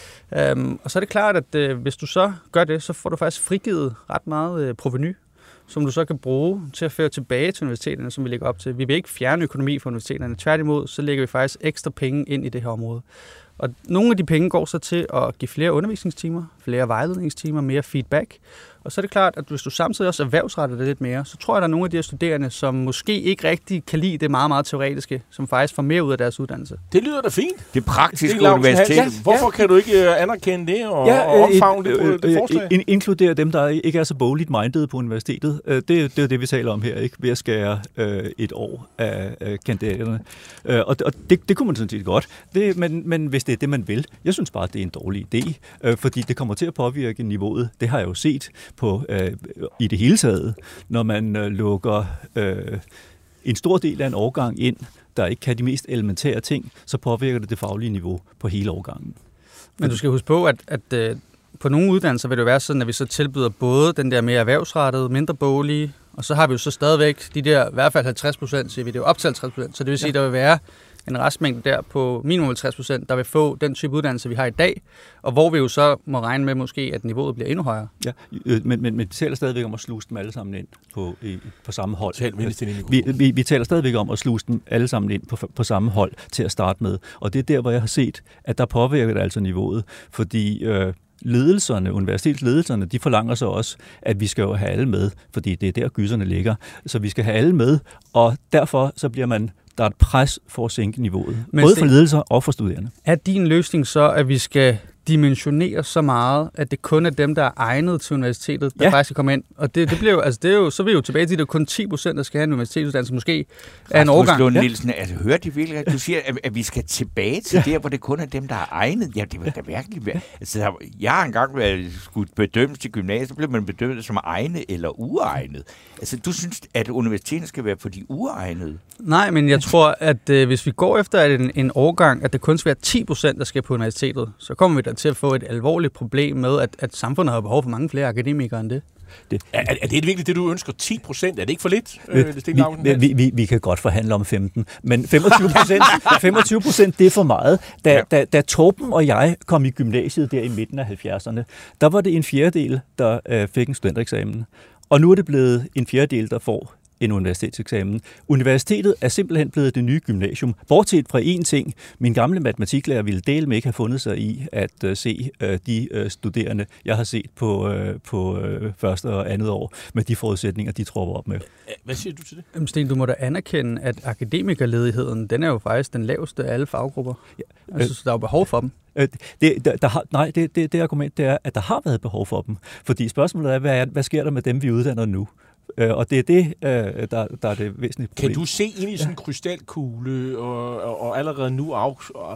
Um, og så er det klart, at øh, hvis du så gør det, så får du faktisk frigivet ret meget øh, proveny, som du så kan bruge til at føre tilbage til universiteterne, som vi lægger op til. Vi vil ikke fjerne økonomi fra universiteterne. Tværtimod, så lægger vi faktisk ekstra penge ind i det her område. Og nogle af de penge går så til at give flere undervisningstimer, flere vejledningstimer, mere feedback. Og så er det klart, at hvis du samtidig også erhvervsretter det lidt mere, så tror jeg, at der er nogle af de her studerende, som måske ikke rigtig kan lide det meget, meget teoretiske, som faktisk får mere ud af deres uddannelse. Det lyder da fint. Det praktiske universitet. Ja, hvorfor ja. kan du ikke anerkende det og, ja, og omfavne det, øh, det forslag? In, inkludere dem, der ikke er så bogligt minded på universitetet. Det, det er det, vi taler om her, ikke? Ved at skære øh, et år af, af kandidaterne. Øh, og og det, det kunne man sådan set godt. Det, men, men hvis det det er det, man vil. Jeg synes bare, det er en dårlig idé, øh, fordi det kommer til at påvirke niveauet. Det har jeg jo set på øh, i det hele taget, når man øh, lukker øh, en stor del af en årgang ind, der ikke kan de mest elementære ting, så påvirker det det faglige niveau på hele årgangen. Men du skal huske på, at, at øh, på nogle uddannelser vil det jo være sådan, at vi så tilbyder både den der mere erhvervsrettede, mindre boglige, og så har vi jo så stadigvæk de der, i hvert fald halvtreds procent, siger vi, det er jo op til halvtreds procent, så det vil sige, ja. Der vil være en restmængde der på minimum halvtreds procent, der vil få den type uddannelse, vi har i dag, og hvor vi jo så må regne med måske, at niveauet bliver endnu højere. Ja, men, men, men vi taler stadigvæk om at sluse dem alle sammen ind på, i, på samme hold. Vi, vi, vi taler stadigvæk om at sluse dem alle sammen ind på, på samme hold til at starte med, og det er der, hvor jeg har set, at der påvirker det altså niveauet, fordi øh, ledelserne, universitetsledelserne, de forlanger så også, at vi skal jo have alle med, fordi det er der gysserne ligger, så vi skal have alle med, og derfor så bliver man der er et pres for at sænke niveauet, men både for ledelser og for studerende. Er din løsning så, at vi skal dimensionere så meget, at det kun er dem, der er egnet til universitetet, der ja. faktisk skal komme ind? Og det, det bliver jo, altså det er jo, så vil jo tilbage til, at det er kun ti procent, der skal have en universitetsuddannelse, måske er en årgang. Lund Nielsen, ja. altså hører de virkelig, at du siger, at, at vi skal tilbage til ja. der, hvor det kun er dem, der er egnet? Ja, det vil da virkelig være. Altså, jeg har engang været skudt bedømt til gymnasiet, så blev man bedømt som egnet eller uegnet. Altså, du synes, at universitetet skal være for de uegnede? Nej, men jeg tror, at øh, hvis vi går efter en, en årgang, at det kun skal være ti procent, der skal på universitetet, så kommer vi da til at få et alvorligt problem med, at, at samfundet har behov for mange flere akademikere end det. det. Er, er det virkelig det, du ønsker? ti procent? Er det ikke for lidt? Vi, øh, vi, vi, vi kan godt forhandle om femten, men femogtyve procent, femogtyve procent det er for meget. Da, ja. da, da Torben og jeg kom i gymnasiet der i midten af halvfjerdserne, der var det en fjerdedel, der øh, fik en studentereksamen. Og nu er det blevet en fjerdedel, der får en universitetseksamen. Universitetet er simpelthen blevet det nye gymnasium. Bortset fra én ting, min gamle matematiklærer ville dele med ikke have fundet sig i at uh, se uh, de uh, studerende, jeg har set på, uh, på uh, første og andet år, med de forudsætninger, de tror op med. Hvad siger du til det? Jamen Sten, du må da anerkende, at akademikerledigheden, den er jo faktisk den laveste af alle faggrupper. Ja. Altså, så der er jo behov for dem. Det, der, der har, nej, det, det, det argument det er, at der har været behov for dem. Fordi spørgsmålet er, hvad, er, hvad sker der med dem, vi uddanner nu? Og det er det, der, der er det væsentlige problem. Kan du se ind i sådan en krystalkugle og, og, og allerede nu af,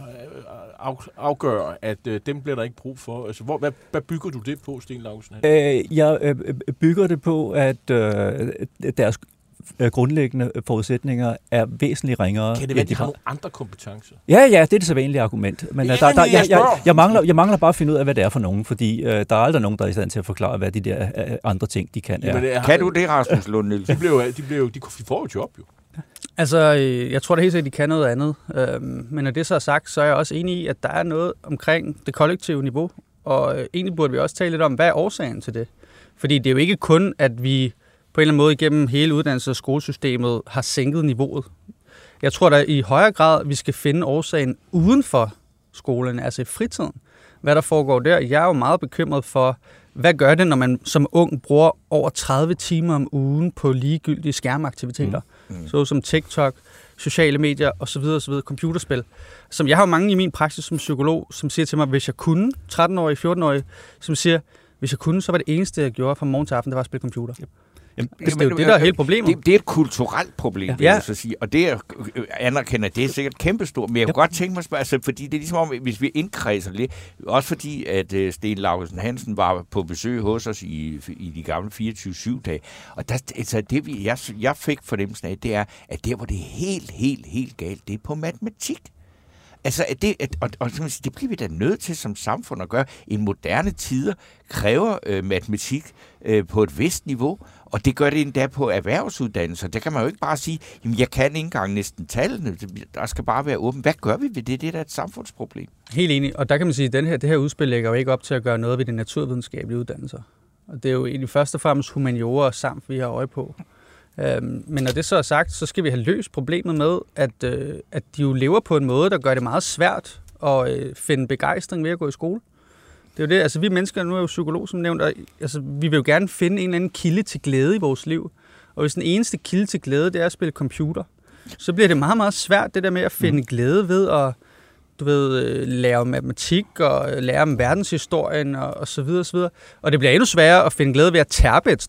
af, afgøre, at øh, dem bliver der ikke brug for? Altså, hvor, hvad, hvad bygger du det på, Sten Laugesen? Øh, jeg øh, bygger det på, at øh, deres grundlæggende forudsætninger er væsentligt ringere. Kan det være, at de har nogle andre kompetencer? Ja, ja, det er det sædvanlige argument. Men ja, der, der, jeg, jeg, jeg, mangler, jeg mangler bare at finde ud af, hvad det er for nogen, fordi øh, der er aldrig nogen, der er i stand til at forklare, hvad de der øh, andre ting, de kan. Jamen, er. Kan du det, Rasmus Lund Nielsen? De, blev, de, blev, de får jo job, jo. Altså, jeg tror da helt sikkert, de kan noget andet. Men når det så er sagt, så er jeg også enig i, at der er noget omkring det kollektive niveau. Og egentlig burde vi også tale lidt om, hvad er årsagen til det? Fordi det er jo ikke kun, at vi på en eller anden måde igennem hele uddannelses- og skolesystemet har sænket niveauet. Jeg tror da i højere grad, vi skal finde årsagen uden for skolen, altså i fritiden. Hvad der foregår der. Jeg er jo meget bekymret for, hvad gør det, når man som ung bruger over tredive timer om ugen på ligegyldige skærmaktiviteter, mm. Mm. så som TikTok, sociale medier osv. osv., computerspil. Som jeg har jo mange i min praksis som psykolog, som siger til mig, hvis jeg kunne, tretten-årige, fjorten-årige, som siger, hvis jeg kunne, så var det eneste, jeg gjorde fra morgen til aften, det var at spille computer. Yep. Jamen, altså, det er jo det, der er hele problemet. Det, det er et kulturelt problem, ja. vil jeg så sige. Og det, jeg anerkender, det er sikkert kæmpestort. Men jeg kunne ja. godt tænke mig at spørge, altså, fordi det er ligesom om, hvis vi indkredser lidt, også fordi, at uh, Sten Laugesen Hansen var på besøg hos os i, i de gamle fireogtyve syv dage. Og der, altså, det, vi, jeg, jeg fik fornemmelsen af, det er, at der, hvor det er helt, helt, helt galt, det er på matematik. Altså, det, og, og det bliver vi da nødt til som samfund at gøre. I moderne tider kræver øh, matematik øh, på et vist niveau, og det gør det endda på erhvervsuddannelser. Der kan man jo ikke bare sige, jamen jeg kan ikke engang næsten tallene, der skal bare være åben. Hvad gør vi ved det? Det er da et samfundsproblem. Helt enig, og der kan man sige, at den her, det her udspil lægger jo ikke op til at gøre noget ved de naturvidenskabelige uddannelser. Og det er jo egentlig først og fremmest humaniora og samt, vi har øje på. Øhm, men når det så er sagt, så skal vi have løst problemet med, at, øh, at de jo lever på en måde, der gør det meget svært at øh, finde begejstring ved at gå i skole. Det er jo det, altså vi mennesker, nu er jo psykolog som nævnt, og altså, vi vil jo gerne finde en eller anden kilde til glæde i vores liv. Og hvis den eneste kilde til glæde, det er at spille computer, så bliver det meget, meget svært det der med at finde glæde ved at du ved, lære om matematik og lære om verdenshistorien og, og så videre og så videre. Og det bliver endnu sværere at finde glæde ved at terpe et stof.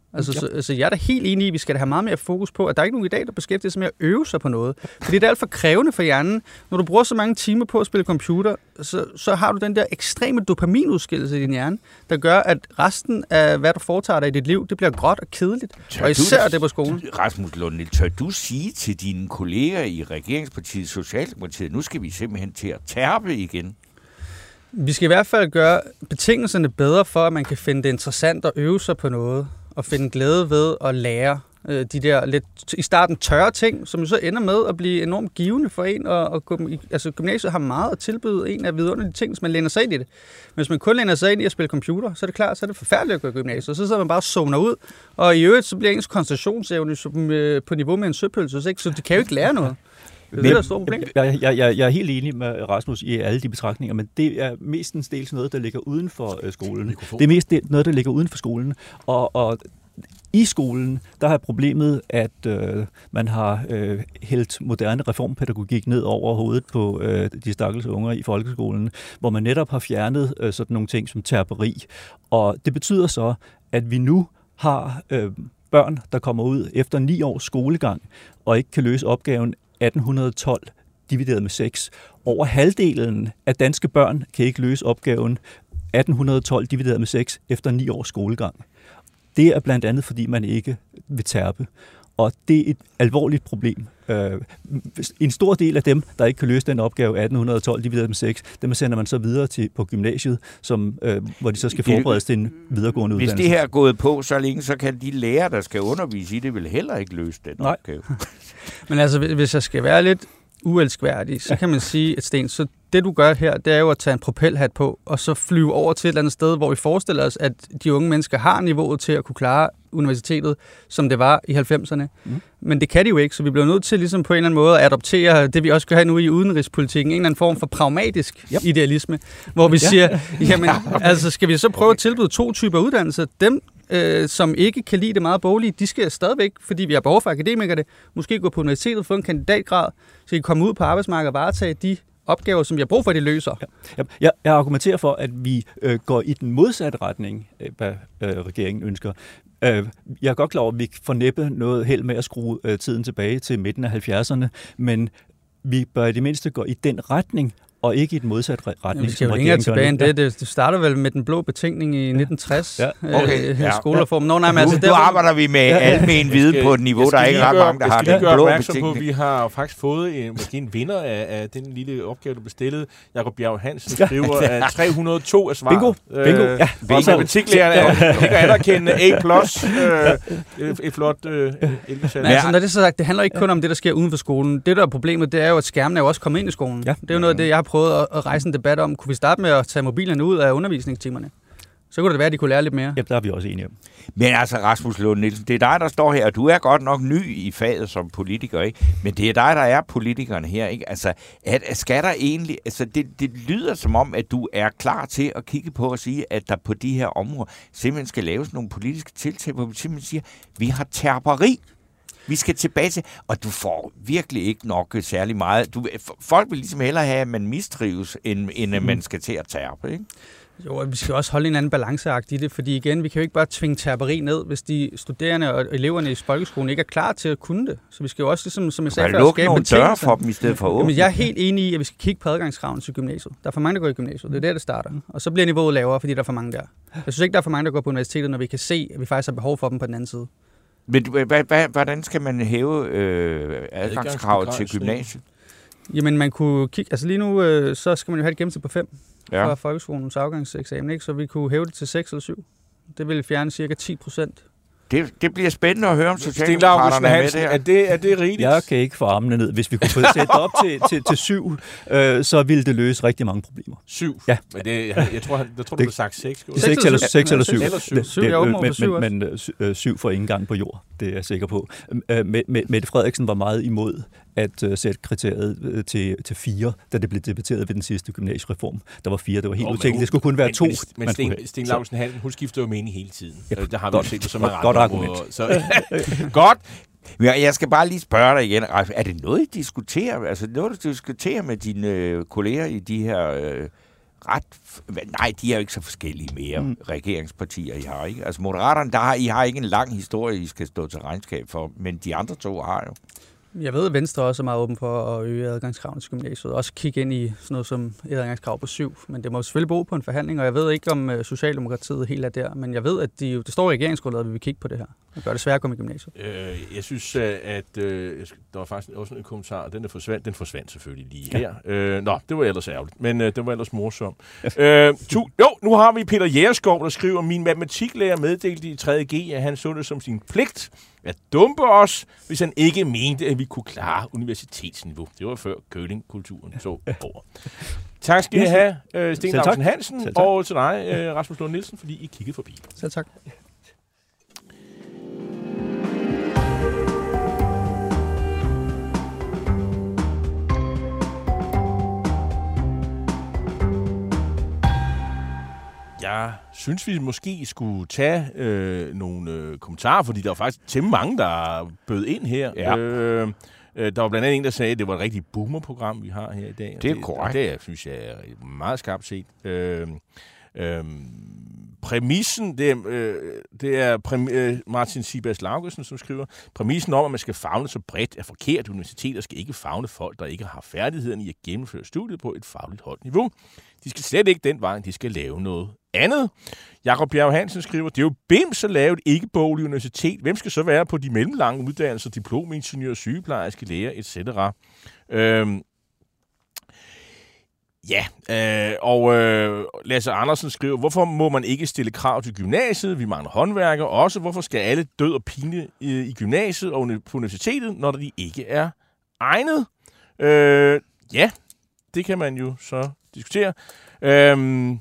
Altså, ja. så, altså, jeg er da helt enig i, at vi skal have meget mere fokus på, at der er ikke nogen i dag, der beskæftiger sig med at øve sig på noget. Fordi det er alt for krævende for hjernen. Når du bruger så mange timer på at spille computer, så, så har du den der ekstreme dopaminudskillelse i din hjerne, der gør, at resten af, hvad du foretager dig i dit liv, det bliver gråt og kedeligt. Tør og især du, det på skolen. Rasmus Lund, tør du sige til dine kolleger i regeringspartiet Socialdemokratiet, nu skal vi simpelthen til at tærpe igen? Vi skal i hvert fald gøre betingelserne bedre for, at man kan finde det interessant at øve sig på noget, og finde glæde ved at lære øh, de der lidt i starten tørre ting, som så ender med at blive enormt givende for en. Og, og, altså, gymnasiet har meget at tilbyde en af vidunderlige ting, hvis man læner sig ind i det. Men hvis man kun læner sig ind i at spille computer, så er det klart, så er det forfærdeligt at gå i gymnasiet. Så sidder man bare og zoner ud, og i øvrigt så bliver ens koncentrationsevne på niveau med en søpølse, så de kan jo ikke lære noget. Det er det, der er stort problem. Jeg, jeg, jeg, jeg er helt enig med Rasmus i alle de betragtninger, men det er mestendels noget, der ligger uden for øh, skolen. Mikrofon. Det er mest noget, der ligger uden for skolen. Og, og i skolen, der er problemet, at øh, man har øh, hældt moderne reformpædagogik ned over hovedet på øh, de stakkels unger i folkeskolen, hvor man netop har fjernet øh, sådan nogle ting som terperi. Og det betyder så, at vi nu har øh, børn, der kommer ud efter ni års skolegang, og ikke kan løse opgaven atten tolv divideret med seks. Over halvdelen af danske børn kan ikke løse opgaven atten tolv divideret med seks efter ni års skolegang. Det er blandt andet, fordi man ikke vil terpe. Og det er et alvorligt problem. En stor del af dem, der ikke kan løse den opgave atten tolv divideret med seks, dem sender man så videre til på gymnasiet, som, hvor de så skal forberedes til en videregående uddannelse. Hvis det her er gået på så længe, så kan de lærere, der skal undervise i det, vel heller ikke løse den Nej. opgave. Men altså, hvis jeg skal være lidt uelskværdig, så kan man sige, at Sten, så det du gør her, det er jo at tage en propelhat på, og så flyve over til et eller andet sted, hvor vi forestiller os, at de unge mennesker har niveauet til at kunne klare universitetet, som det var i halvfemserne. Mm. Men det kan de jo ikke, så vi bliver nødt til ligesom på en eller anden måde at adoptere det, vi også gør her nu i udenrigspolitikken, en eller anden form for pragmatisk yep. idealisme, hvor vi ja. siger, jamen, altså skal vi så prøve at tilbyde to typer uddannelser? Dem, øh, som ikke kan lide det meget boglige, de skal stadigvæk, fordi vi har behov for akademikere det, måske gå på universitetet, få en kandidatgrad, så de kan komme ud på arbejdsmarkedet og varetage de opgaver, som vi har brug for, at de løser. Ja. Jeg, jeg argumenterer for, at vi øh, går i den modsatte retning, hvad øh, regeringen ønsker. Øh, jeg er godt klar over, at vi får næppe noget held med at skrue øh, tiden tilbage til midten af halvfjerdserne, men vi bør i det mindste gå i den retning, og ikke i den modsatte retning. Ja, vi skal jo længere tilbage end det. det. Det starter vel med den blå betænkning i nitten tres. Ja. Okay. Øh, ja. Skolereformen. Nå, nej, men nu, altså, nu der, arbejder vi med ja. almen viden på et niveau, der er ikke ret mange, der har den blå betænkning. På, vi har faktisk fået en, måske en vinder af, af den lille opgave, du bestillede. Jakob Bjerg Hansen skriver, at tre hundrede og to er svaret. Bingo. Bingo. Ja. Og matematiklæreren er ikke anerkendende A plus. Øh, et flot øh, elgetal. Men altså, når det er så sagt, det handler ikke kun om det, der sker uden for skolen. Det, der er problemet, det er jo, at skærmen er jo også kommet ind i skolen. Ja. Det er jo noget af det, jeg har prøvet at rejse en debat om. Kunne vi starte med at tage mobilerne ud af undervisningstimerne? Så kunne det være, at de kunne lære lidt mere. Ja, der er vi også enige om. Men altså, Rasmus Lund Nielsen, det er dig, der står her, og du er godt nok ny i faget som politiker, ikke? Men det er dig, der er politikeren her, ikke? Altså, at, skal der egentlig... Altså, det, det lyder som om, at du er klar til at kigge på og sige, at der på de her områder simpelthen skal laves nogle politiske tiltag, hvor vi simpelthen siger, vi har terperi. Vi skal tilbage til, og du får virkelig ikke nok særlig meget. Du, folk vil ligesom hellere have, at man mistrives, end, end at man skal til at terpe, ikke? Jo, vi skal også holde en anden balanceagt i det, fordi igen, vi kan jo ikke bare tvinge terperi ned, hvis de studerende og eleverne i folkeskolen ikke er klar til at kunne det. Så vi skal jo også, ligesom, som jeg sagde før, skabe nogle døre for dem i stedet for åbne. Jamen, jeg er helt enig i, at vi skal kigge på adgangskravene til gymnasiet. Der er for mange, der går i gymnasiet. Det er der, det starter. Og så bliver niveauet lavere, fordi der er for mange der. Jeg synes ikke, der er for mange, der går på universitetet, når vi kan se, at vi faktisk har behov for dem på den anden side. Men hvordan skal man hæve øh, adgangskravet til gymnasiet? Jamen, man kunne kigge... Altså lige nu, øh, så skal man jo have et gennemsnit på fem ja. fra folkeskolens afgangseksamen, ikke? Så vi kunne hæve det til seks eller syv. Det ville fjerne cirka ti procent. Det, det bliver spændende at høre om Socialdemokraterne er med det her. Er det, er det rigeligt? Jeg kan ikke få armene ned. Hvis vi kunne få sætte op til, til, til syv, øh, så ville det løse rigtig mange problemer. Syv? Ja. Men det, jeg, jeg tror, jeg tror du har sagt seks. Seks eller, seks eller syv. Eller syv. syv. Jeg er men, syv men, men øh, syv får ingen gang på jord. Det er jeg sikker på. Øh, Mette Frederiksen var meget imod at uh, sætte kriteriet uh, til, til fire, da det blev debatteret ved den sidste gymnasiereform. Der var fire, det var helt oh, utænkeligt. Det skulle kun være men, to. Men, men Sten, Sten Lausen, hun skifter jo mening hele tiden. Ja, der har vi godt, set på så mange godt andre argument. måder. Så, godt. Jeg skal bare lige spørge dig igen. Er det noget, I diskuterer? Altså noget, du diskuterer med dine øh, kolleger i de her øh, ret... Nej, de er jo ikke så forskellige mere, mm. regeringspartier, I har, ikke? Altså, Moderaterne, der har, I har ikke en lang historie, I skal stå til regnskab for, men de andre to har jo. Jeg ved, at Venstre også er meget åben for at øge adgangskravene til gymnasiet. Også kigge ind i sådan noget som et adgangskrav på syv. Men det må selvfølgelig bo på en forhandling, og jeg ved ikke, om Socialdemokratiet helt er der. Men jeg ved, at de, det står i regeringsgrundlaget, at vi vil kigge på det her. Det gør det svært at komme i gymnasiet. Øh, jeg synes, at øh, der var faktisk også en kommentar, og den, der forsvandt, den forsvandt selvfølgelig lige her. Ja. Øh, nå, det var ellers ærgerligt, men øh, det var ellers morsomt. øh, tu, jo, nu har vi Peter Jægerskov, der skriver, min matematiklærer meddelte i tredje G, at han så det som sin pligt at dumpe os, hvis han ikke mente, at vi kunne klare universitetsniveau. Det var før curlingkulturen så over. Tak skal I have, øh, Sten Lausen Hansen, og til dig, øh, Rasmus Lund Nielsen, fordi I kiggede forbi. Selv tak. Jeg synes, vi måske skulle tage øh, nogle øh, kommentarer, fordi der var faktisk temmelig mange, der bød ind her. Ja. Øh, øh, der var blandt andet en, der sagde, at det var et rigtigt boomer-program, vi har her i dag. Det er det, korrekt. Det, det synes jeg er meget skarpt set. Øh, øh, præmissen, det er, øh, det er præm, øh, Martin Sibas Laugesen, som skriver, præmissen om, at man skal favne så bredt, er forkert. Universiteter skal ikke favne folk, der ikke har færdigheden i at gennemføre studiet på et fagligt højt niveau. De skal slet ikke den vej, de skal lave noget andet. Jakob Bjerg Hansen skriver, det er jo bims at lave et ikke-bogligt universitet. Hvem skal så være på de mellemlange uddannelser, diplomingeniør, sygeplejerske, læger, et cetera? Øhm, ja, øh, og øh, Lasse Andersen skriver, hvorfor må man ikke stille krav til gymnasiet? Vi mangler håndværkere. Også, hvorfor skal alle død og pine i, i gymnasiet og på universitetet, når de ikke er egnet? Øh, ja, det kan man jo så diskutere. Øhm,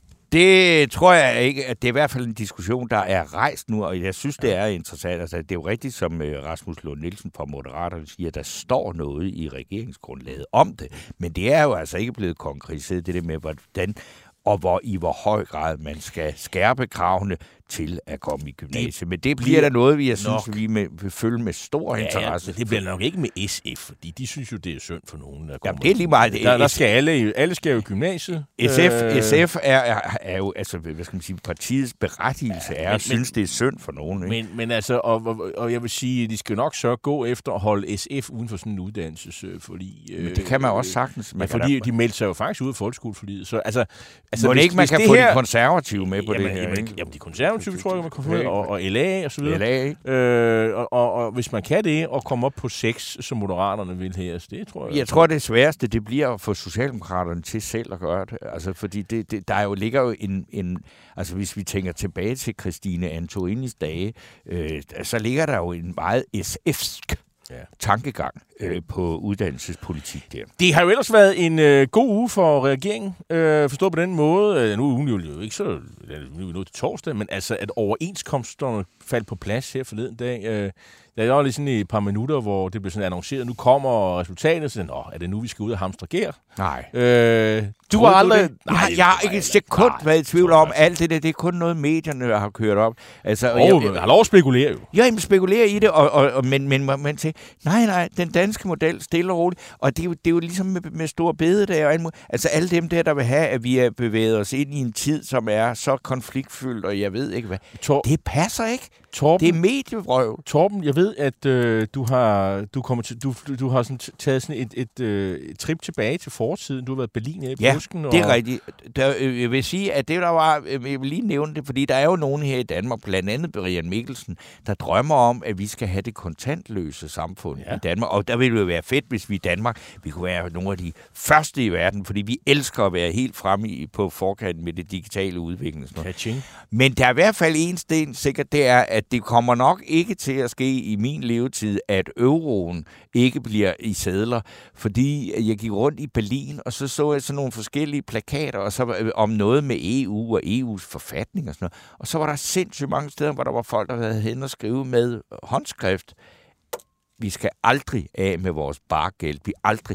Det tror jeg ikke, at det er i hvert fald en diskussion, der er rejst nu, og jeg synes, det er interessant. Altså, det er jo rigtigt, som Rasmus Lund Nielsen fra Moderaterne siger, der står noget i regeringsgrundlaget om det, men det er jo altså ikke blevet konkretiseret, det der med, hvordan og hvor i hvor høj grad man skal skærpe kravene til at komme i gymnasiet. Men det bliver der noget, vi jeg synes, vi med, vil følge med stor ja, interesse. Ja, det bliver nok ikke med S F, fordi de synes jo, det er synd for nogen. Der Jamen, det er lige meget. Der, der skal alle, alle skal jo i gymnasiet. S F, øh, S F er, er, er jo, altså, hvad skal man sige, partiets berettigelse ja, er, at synes, det er synd for nogen. Ikke? Men, men altså, og, og, og jeg vil sige, de skal nok så gå efter at holde S F uden for sådan en uddannelsesforlig. Men det kan man også sagtens. Men fordi de meldte sig jo faktisk ud af folkeskoleforliget. Så altså, altså må det ikke, man kan få her, de konservative med på jamen, det her? Jamen, jamen, de konservative, tror jeg, man kan få med, og, og L A og så videre. L A, ikke? Øh, og, og, og hvis man kan det, og komme op på seks, som Moderaterne vil her, det tror jeg... Jeg tror, det sværeste, det bliver at få Socialdemokraterne til selv at gøre det. Altså, fordi det, det, der jo ligger jo en, en... Altså, hvis vi tænker tilbage til Christine Antorinis dage, øh, så ligger der jo en meget S F'sk ja. tankegang øh, på uddannelsespolitik der. Det har jo ellers været en øh, god uge for regeringen, øh, forstået på den måde. Øh, nu er ugen jo ikke så... Nu er vi nået til torsdag, men altså, at overenskomsterne faldt på plads her forleden dag. Øh, der var lige sådan et par minutter, hvor det blev sådan annonceret, nu kommer resultatet, så nå, er det nu, vi skal ud og hamstre gær? Nej. Øh, du har aldrig... Du nej, jeg har ikke et sekund været i tvivl om alt det der. Det er kun noget, medierne har kørt op. Altså, oh, jeg, jeg har lov at spekulere jo. Ja, jeg spekulerer i det, og, og, og, men, men man til, nej, nej, den danske model, stille og roligt, og det er jo, det er jo ligesom med, med store bededag og alt muligt. Altså alle dem der, der vil have, at vi er bevæget os ind i en tid, som er så konfliktfyldt, og jeg ved ikke hvad. Tor- det passer ikke. Torben, det er medievrøv. Torben, jeg ved, at øh, du har du kommer til du du har sådan taget sådan et et, øh, et trip tilbage til fortiden. Du har været i Berlin her i ja, påsken. Ja, det er og... rigtigt. Der, øh, jeg vil sige, at det der var, jeg vil lige nævne det, fordi der er jo nogen her i Danmark, blandt andet Brian Mikkelsen, der drømmer om, at vi skal have det kontantløse samfund ja. i Danmark. Og der ville det jo være fedt, hvis vi i Danmark, vi kunne være nogle af de første i verden, fordi vi elsker at være helt fremme i, på forkanten med det digitale udvikling. Men der er i hvert fald en sten sikkert, det er, at det kommer nok ikke til at ske i min levetid, at euroen ikke bliver i sedler, fordi jeg gik rundt i Berlin, og så så jeg sådan nogle forskellige plakater og så om noget med E U og E U's forfatning og sådan noget. Og så var der sindssygt mange steder, hvor der var folk, der havde hen og skrive med håndskrift. Vi skal aldrig af med vores bargæld. Vi aldrig kun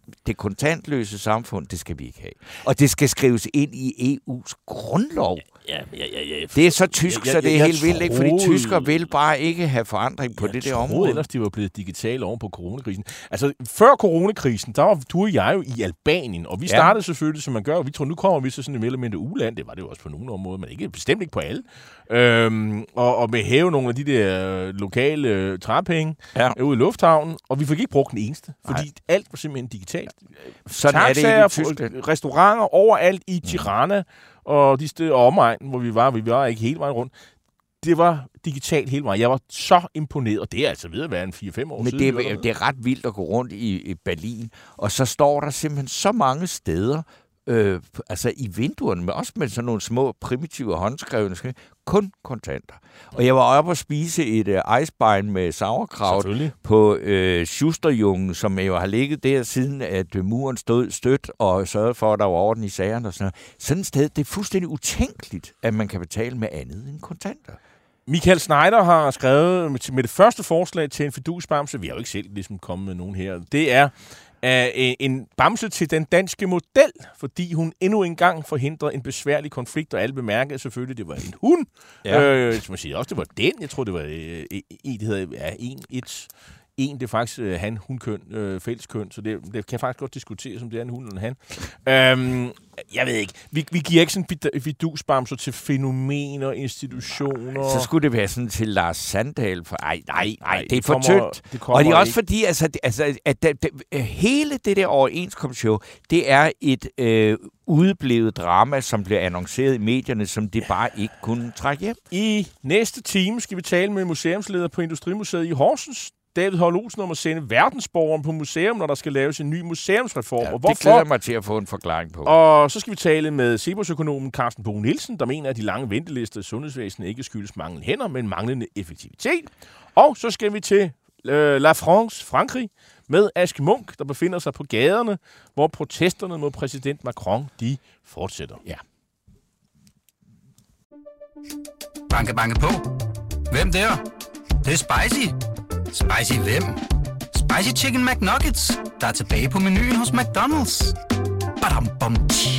det kontantløse samfund, det skal vi ikke have. Og det skal skrives ind i E U's grundlov. Ja, ja, ja, ja. Det er så tysk, ja, ja, så det er jeg helt vildt, ikke? Fordi troede- tyskere vil bare ikke have forandring på Jeg det der troede område. ellers, de var blevet digitale oven på coronakrisen. Altså, før coronakrisen, der var du og jeg jo i Albanien, og vi Ja. startede selvfølgelig, som man gør, og vi tror, nu kommer vi så sådan et mere eller mindre uland. Det var det jo også på nogle områder, men ikke, bestemt ikke på alle. Øhm, og, og med hæve nogle af de der øh, lokale øh, træpenge Ja. øh, ude i lufthavnen, og vi fik ikke brugt den eneste, fordi Nej. alt var simpelthen digitalt. Sådan er det ikke Taxaer, i Tyskland. restauranter overalt i Tirana, og de steder og omegnen, hvor vi var, vi var ikke hele vejen rundt. Det var digitalt hele vejen. Jeg var så imponeret, og det er altså ved at være en fire fem år Men siden. det eller er, noget. det er ret vildt at gå rundt i, i Berlin, og så står der simpelthen så mange steder, øh, altså i vinduerne, men også med sådan nogle små primitive håndskrevne, skrift, kun kontanter. Og jeg var oppe og spise et øh, icebein med sauerkraut Selvfølgelig. på øh, Schusterjungen, som jo har ligget der siden, at øh, muren stod stødt og sørgede for, at der var orden i sagerne og sådan noget. Sådan et sted, det er fuldstændig utænkeligt, at man kan betale med andet end kontanter. Michael Schneider har skrevet med, med det første forslag til en fidusbamse. Vi har jo ikke selv ligesom kommet med nogen her. Det er uh, en bamse til den danske model, fordi hun endnu engang forhindrer en besværlig konflikt, og alle bemærkede selvfølgelig, det var en hund. Ja. Øh, så man siger også, det var den. Jeg tror, det var øh, en, det hedder ja, en, et. En, det er faktisk øh, han, hun-køn, øh, fælleskøn, så det, det kan faktisk godt diskuteres, om det er en hund eller en han. Øhm, jeg ved ikke. Vi, vi giver ikke sådan en fidusbamser til fænomener, institutioner. Så skulle det være sådan til Lars Sandahl. For, ej, nej, nej, Nej, det er det for kommer- tyndt. det kommer Og det er også ikke. fordi, altså, det- altså, at det, det, hele det der overenskomstshow, det er et øh, udeblevet drama, som bliver annonceret i medierne, som det bare ikke kunne trække hjem. I næste time skal vi tale med museumsleder på Industrimuseet i Horsens, David Holm Olsen, om at sende verdensborgeren på museum, når der skal laves en ny museumsreform. Ja, og det glæder jeg mig til at få en forklaring på. Og så skal vi tale med Cepos-økonomen Carsten Bo Nielsen, der mener, at de lange ventelister i sundhedsvæsenet ikke skyldes manglende hænder, men manglende effektivitet. Og så skal vi til øh, La France, Frankrig, med Aske Munk, der befinder sig på gaderne, hvor protesterne mod præsident Macron, de fortsætter. Ja. Banke, banke på. Hvem der? Det, det er spicy. Spicy hvem? Spicy Chicken McNuggets, der er tilbage på menuen hos McDonald's. Badum, bom, tji.